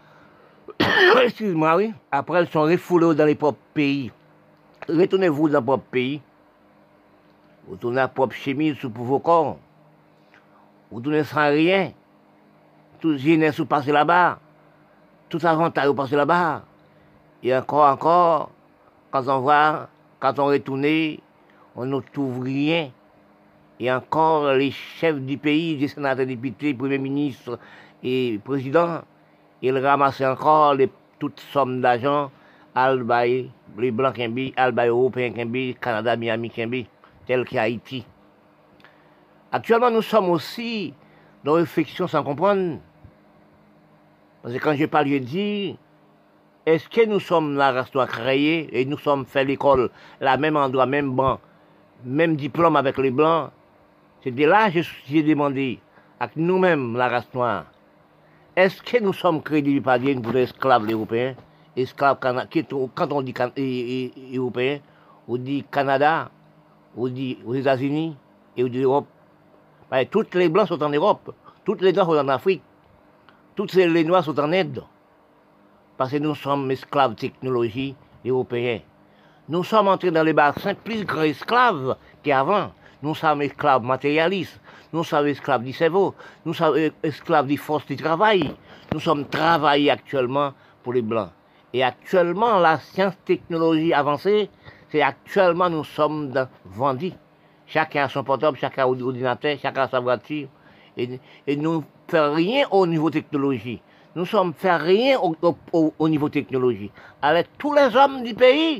excuse-moi, oui, après ils sont refoulés dans les propres pays. Retournez-vous dans le propre pays. Vous tournez la propre chimie sous vos corps. Vous tournez sans rien. Tout jeunesse vous passez là-bas. Tout avantage vous passez là-bas. Et encore, quand on voit, quand on retourne, on ne trouve rien. Et encore les chefs du pays, les sénateurs, députés, premiers ministres et présidents, ils ramassent encore toutes sommes d'argent, Albaï, les Blancs Kimbi, Albaï Européens Kimbi, Canada, Miami Kimbi, tel qu'Haïti. Actuellement, nous sommes aussi dans une réflexion sans comprendre. Parce que quand je parle, je dis, est-ce que nous sommes la race noire créée et nous sommes fait l'école, la même endroit, même banc, même diplôme avec les Blancs? C'était là que j'ai demandé à nous-mêmes, la race noire, est-ce que nous sommes crédibles par Dieu pour les esclaves européens? Esclaves quand on dit européens, on dit Canada, on dit aux États-Unis et on dit Europe. Toutes les Blancs sont en Europe, toutes les Noirs sont en Afrique, toutes les Noirs sont en Inde. Parce que nous sommes esclaves technologie européens. Nous sommes entrés dans les bassins plus grands esclaves qu'avant. Nous sommes esclaves matérialistes, nous sommes esclaves du cerveau, nous sommes esclaves des forces du travail. Nous sommes travaillés actuellement pour les Blancs. Et actuellement, la science technologie avancée, c'est actuellement nous sommes vendus. Chacun a son portable, chacun a son ordinateur, chacun a sa voiture. Et nous ne faisons rien au niveau technologie. Nous ne sommes fait rien au niveau technologie. Avec tous les hommes du pays,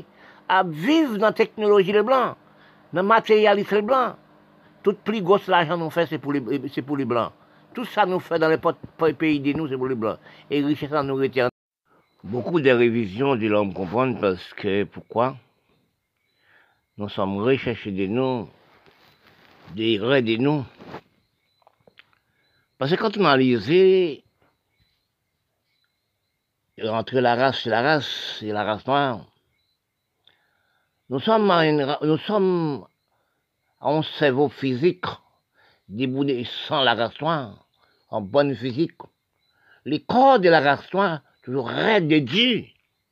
à vivre dans la technologie les blancs, dans le matérialisme les blancs. Tout plus gros l'argent nous fait, c'est pour les blancs. Tout ça nous fait dans les pays de nous, c'est pour les blancs. Et richesse en nous retient. Beaucoup de révisions de l'homme comprendre parce que pourquoi nous sommes recherchés de nous, des raies de nous. Parce que quand on analyse entre la race et la race noire, nous sommes en cerveau physique, débouné sans la race noire, en bonne physique. Les corps de la race noire, toujours raides de Dieu.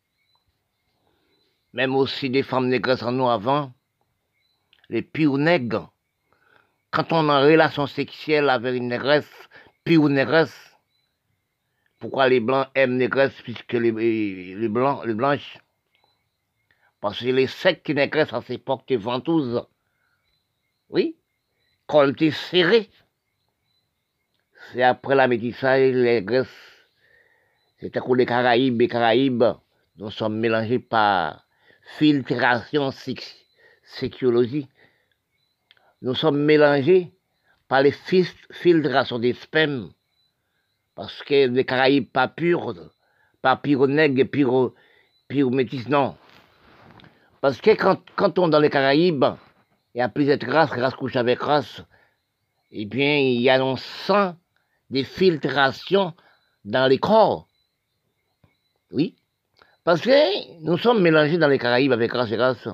Même aussi des femmes négresses en nous avant, les pires nègres. Quand on est en relation sexuelle avec une négresse, pire négresse, pourquoi les blancs aiment négresse puisque les blanches? Parce que les sectes négresses à cette époque, des ventouses, oui, colleté serré. C'est après la métissage, les Grèces, c'était pour les Caraïbes, nous sommes mélangés par filtration sexologie. Nous sommes mélangés par les filtrations des spermes, parce que les Caraïbes pas purs, pas pire nègre, pire métis, non. Parce que quand on est dans les Caraïbes, il y a plusieurs races couchent avec race, eh bien, il y a un sang des filtrations dans les corps. Oui. Parce que nous sommes mélangés dans les Caraïbes avec race et race.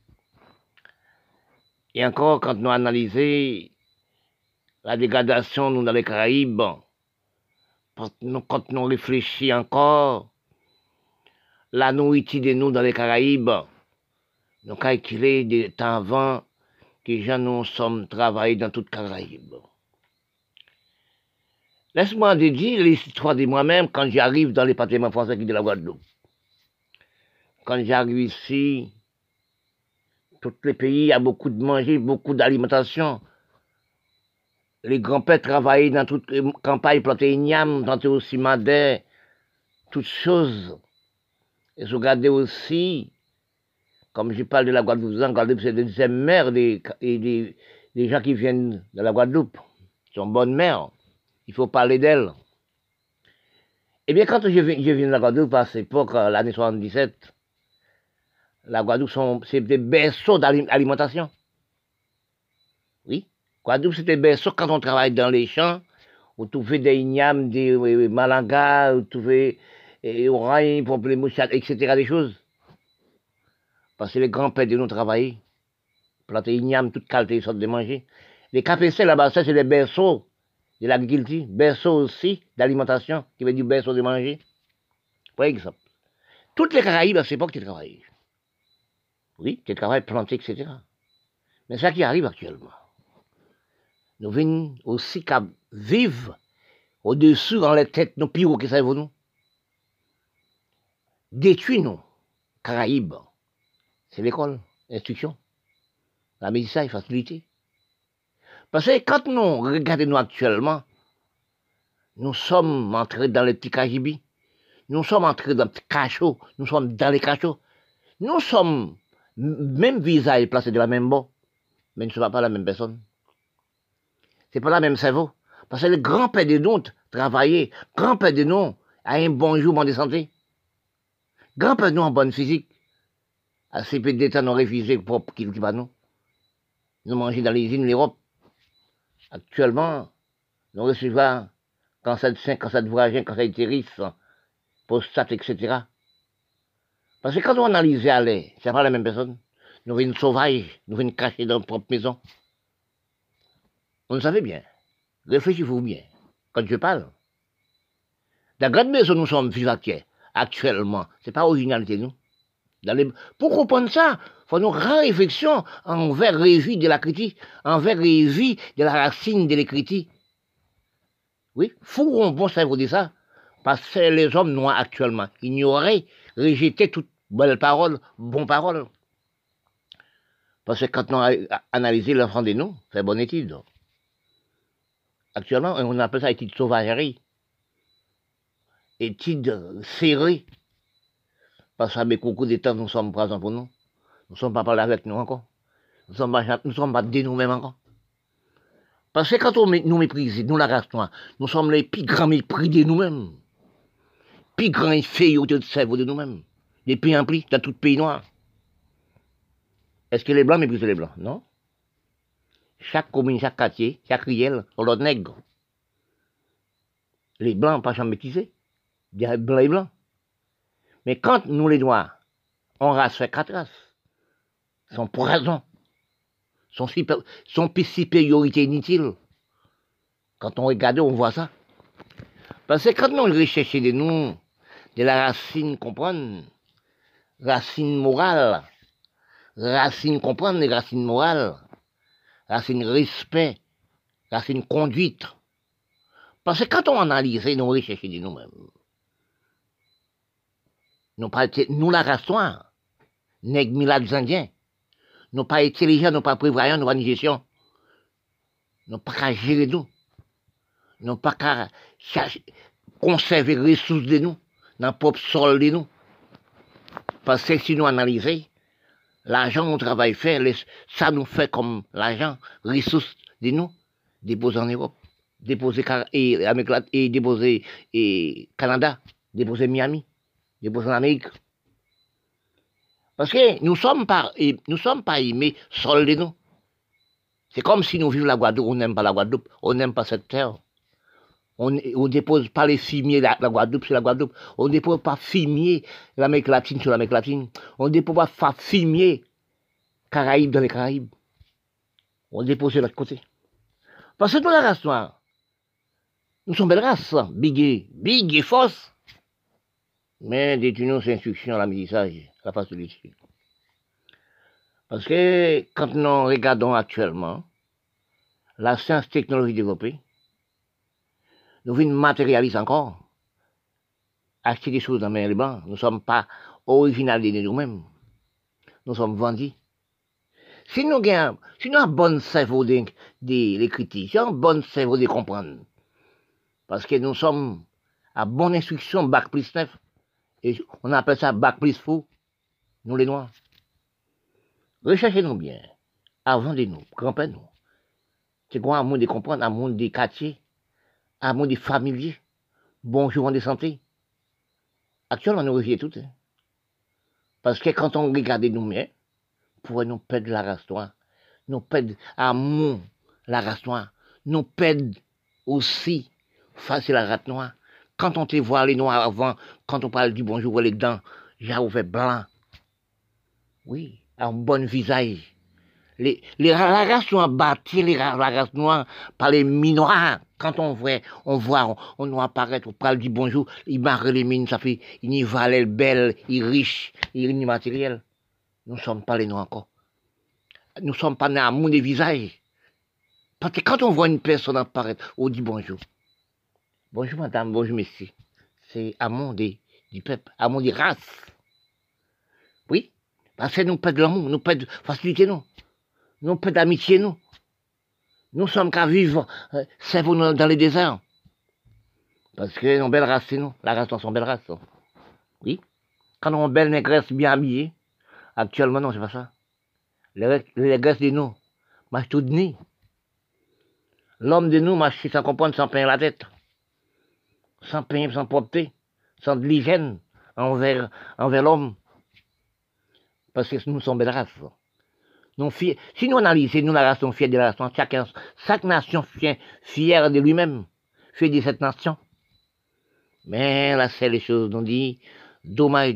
Et encore, quand nous analysons la dégradation nous, dans les Caraïbes, quand nous réfléchissons encore, la nourriture de nous dans les Caraïbes, nous calculons des temps avant que les gens nous sommes travaillés dans toute Caraïbes. Laisse-moi te dire l'histoire de moi-même quand j'arrive dans les bâtiments français qui de la Guadeloupe. Quand j'arrive ici, tous les pays, il y a beaucoup de manger, beaucoup d'alimentation. Les grands-pères travaillaient dans toute campagne, plantaient igname, plantaient aussi madère, toutes choses. Et je regardais aussi, comme je parle de la Guadeloupe, c'est des mères des gens qui viennent de la Guadeloupe. Ils sont bonnes mères. Il faut parler d'elles. Eh bien, quand je viens de la Guadeloupe, à cette époque, l'année 77, la Guadeloupe, c'est des berceaux d'alimentation. Oui. Guadeloupe, c'est des berceaux quand on travaille dans les champs. Vous trouvez des ignames, des malangas, vous trouvez des oranges, pamplemousses, etc. des choses. Parce que les grands-pères de nous travaillaient. Planter ignames, toute qualité, sorte de manger. Les KPC là-bas, ça, c'est des berceaux de l'agriculture, berceau aussi d'alimentation, qui veut dire berceau de manger. Par exemple, toutes les Caraïbes à cette époque, tu travailles. Oui, tu travailles planté, etc. Mais ça qui arrive actuellement, nous venons aussi qu'à vivre au-dessus dans les têtes, nos pires que ça nous. Détruire nous, Caraïbes, c'est l'école, l'instruction, la médecine, facilité. Parce que quand nous regardons actuellement, nous sommes entrés dans les petits Caraïbes, nous sommes entrés dans les petits cachots, nous sommes dans les cachots, nous sommes même visage placé de la même bord, mais nous ne sommes pas la même personne. Ce n'est pas la même cerveau. Parce que le grand-père de nous travaillait, grand-père de nous a un bon jour, bonne santé. Grand-père de nous en bonne physique. Assez peu d'état nous révisé propre qu'il va nous. Nous mangeons dans les usines l'Europe. Actuellement, nous recevons cancer de sein, cancer de vagin, cancer d'utérus, prostate, etc. Parce que quand on analyse à l'air, c'est pas la même personne. Nous venons sauvages, nous venons cacher dans notre propre maison. On le savait bien. Réfléchissez-vous bien. Quand je parle. Dans la grande maison, nous sommes vivants actuellement. Ce n'est pas originalité, nous. Pour comprendre ça, il faut nous rendre réflexion envers les vies de la critique, envers les vies de la racine de l'écriture. Oui, il faut un bon cerveau de ça. Parce que les hommes noirs actuellement ignoraient, rejeté toute belle parole, bonne parole. Parce que quand on a analysé l'enfant de nous, c'est bonne étude. Actuellement, on appelle ça étude sauvagerie. Étude serrée. Parce qu'avec beaucoup de temps, nous sommes présents pour nous. Nous ne sommes pas parlés avec nous encore. Nous ne sommes pas de nous-mêmes encore. Parce que quand on nous méprise, nous la race noire, nous sommes les plus grands mépris de nous-mêmes. Plus grands infériorités de cerveau de nous-mêmes. Les pays emplis dans tout pays noir. Est-ce que les blancs méprisent les blancs? Non. Chaque commune, chaque quartier, chaque riel, on leur nègre. Les blancs, pas jamais méprisés. Blancs et blancs. Mais quand nous, les noirs, on race fait 4 races, sont poison, sont supériorité inutile. Quand on regarde, on voit ça. Parce que quand nous recherchons de nous, de la racine comprendre, racine morale, racine comprendre les racines morales, racine respect, racine conduite. Parce que quand on analyse, nous recherchons de nous-mêmes. Nous la race noire, nègres milades indiens, nous pas intelligents, nous pas prévoyants, nous pas ni gestion. Nous pas qu'à gérer nous. Nous pas qu'à conserver les ressources de nous, dans le propre sol de nous. Parce que si nous analysons, l'argent qu'on travaille fait, ça nous fait comme l'argent, ressources de nous, déposer en Europe, déposer déposer Canada, déposer Miami, déposer en Amérique. Parce que nous sommes pas aimés sol de nous. C'est comme si nous vivons la Guadeloupe, on n'aime pas la Guadeloupe, on n'aime pas cette terre. On dépose pas les fumiers de la Guadeloupe sur la Guadeloupe. On dépose pas fumier l'Amérique latine sur l'Amérique latine. On dépose pas fumier Caraïbes dans les Caraïbes. On dépose de l'autre côté. Parce que nous, la race noire, nous sommes belle race, big et force. Mais détenons ces instructions à la médisage, à la face de l'étude. Parce que quand nous regardons actuellement la science technologie développée, nous venons matérialiser encore, acheter des choses dans les bancs. Nous ne sommes pas originaux de nous-mêmes. Nous sommes vendus. Si nous avons un bon cerveau de l'écriture, si nous avons un bon cerveau de comprendre, parce que nous sommes à bonne instruction, bac plus 9, et on appelle ça bac plus fou, nous les noirs. Recherchez-nous bien, avant de nous, campez-nous. C'est quoi un monde de comprendre, un monde des quartiers, un monde des familiers, bonjour de santé. Actuellement, nous rejetons tout. Hein. Parce que quand on regarde nous-mêmes, pour nous perdre la race noire, nous perdre amour la race noire, nous perdre aussi face à la race noire. Quand on te voit les noirs avant, quand on parle du bonjour, les dents, j'ai ouvert blanc. Oui, un bon visage. La race noire bâtie, la race noire par les minoirs. Quand on voit, on nous apparaît, on parle du bonjour, il marque les mines, ça fait, il y valait belle, il riche, il y matériel. Nous ne sommes pas les noirs encore. Nous ne sommes pas dans l'amour des visages. Parce que quand on voit une personne apparaître, on dit bonjour. Bonjour madame, bonjour monsieur. C'est amour du peuple, amour des races. Oui, parce que nous perdons l'amour, nous perdons facilité, nous. Nous perdons d'amitié, nous. Nous sommes qu'à vivre, cerveau dans les déserts. Parce que nos belles races, c'est nous. La race, sont belles races. Oui. Quand on a une belle négresse bien habillée, actuellement, non, c'est pas ça. Les négresses de nous, marchent tout de nez. L'homme de nous marche sans comprendre, sans peindre la tête. Sans peindre, sans propreté. Sans de l'hygiène envers l'homme. Parce que nous sommes belles races. Si nous analysons, nous la race, sommes fiers de la nation, chaque nation fière de lui-même, fière de cette nation. Mais là, c'est les choses nous dit, dommage,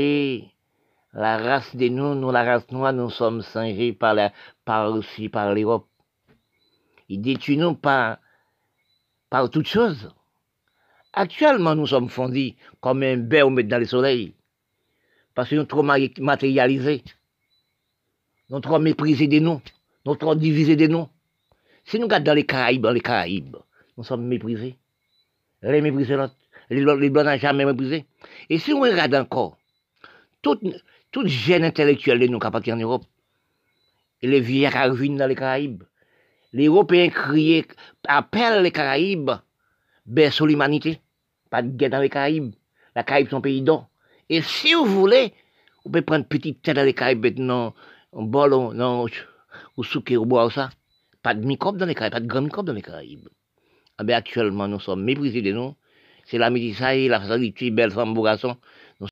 la race de nous, la race noire, nous sommes singés par l'Europe. Ils détruisent nous par toutes choses. Actuellement, nous sommes fondus comme un beurre au mettre dans le soleil. Parce que nous sommes trop matérialisés. Nous trop méprisés de nous. Nous trop divisés de nous. Si nous regardons dans les Caraïbes, nous sommes méprisés. Les méprisés, les blancs n'ont jamais méprisé. Et si on regarde encore, toute jeune intellectuelle de nous qui appartient en Europe, et les vieillards qui reviennent dans les Caraïbes, les Européens crient, appellent les Caraïbes, berceau l'humanité. Pas de guerre dans les Caraïbes. La Caraïbe, son pays d'or. Et si vous voulez, On peut prendre petite tête dans les Caraïbes, non, on bol, non, ou souquer, ou boire ça. Pas de microbes dans les Caraïbes, pas de grands microbes dans les Caraïbes. Ah ben actuellement, nous sommes méprisés de nous. C'est la métissaille, la facilité, belle femme, beau garçon.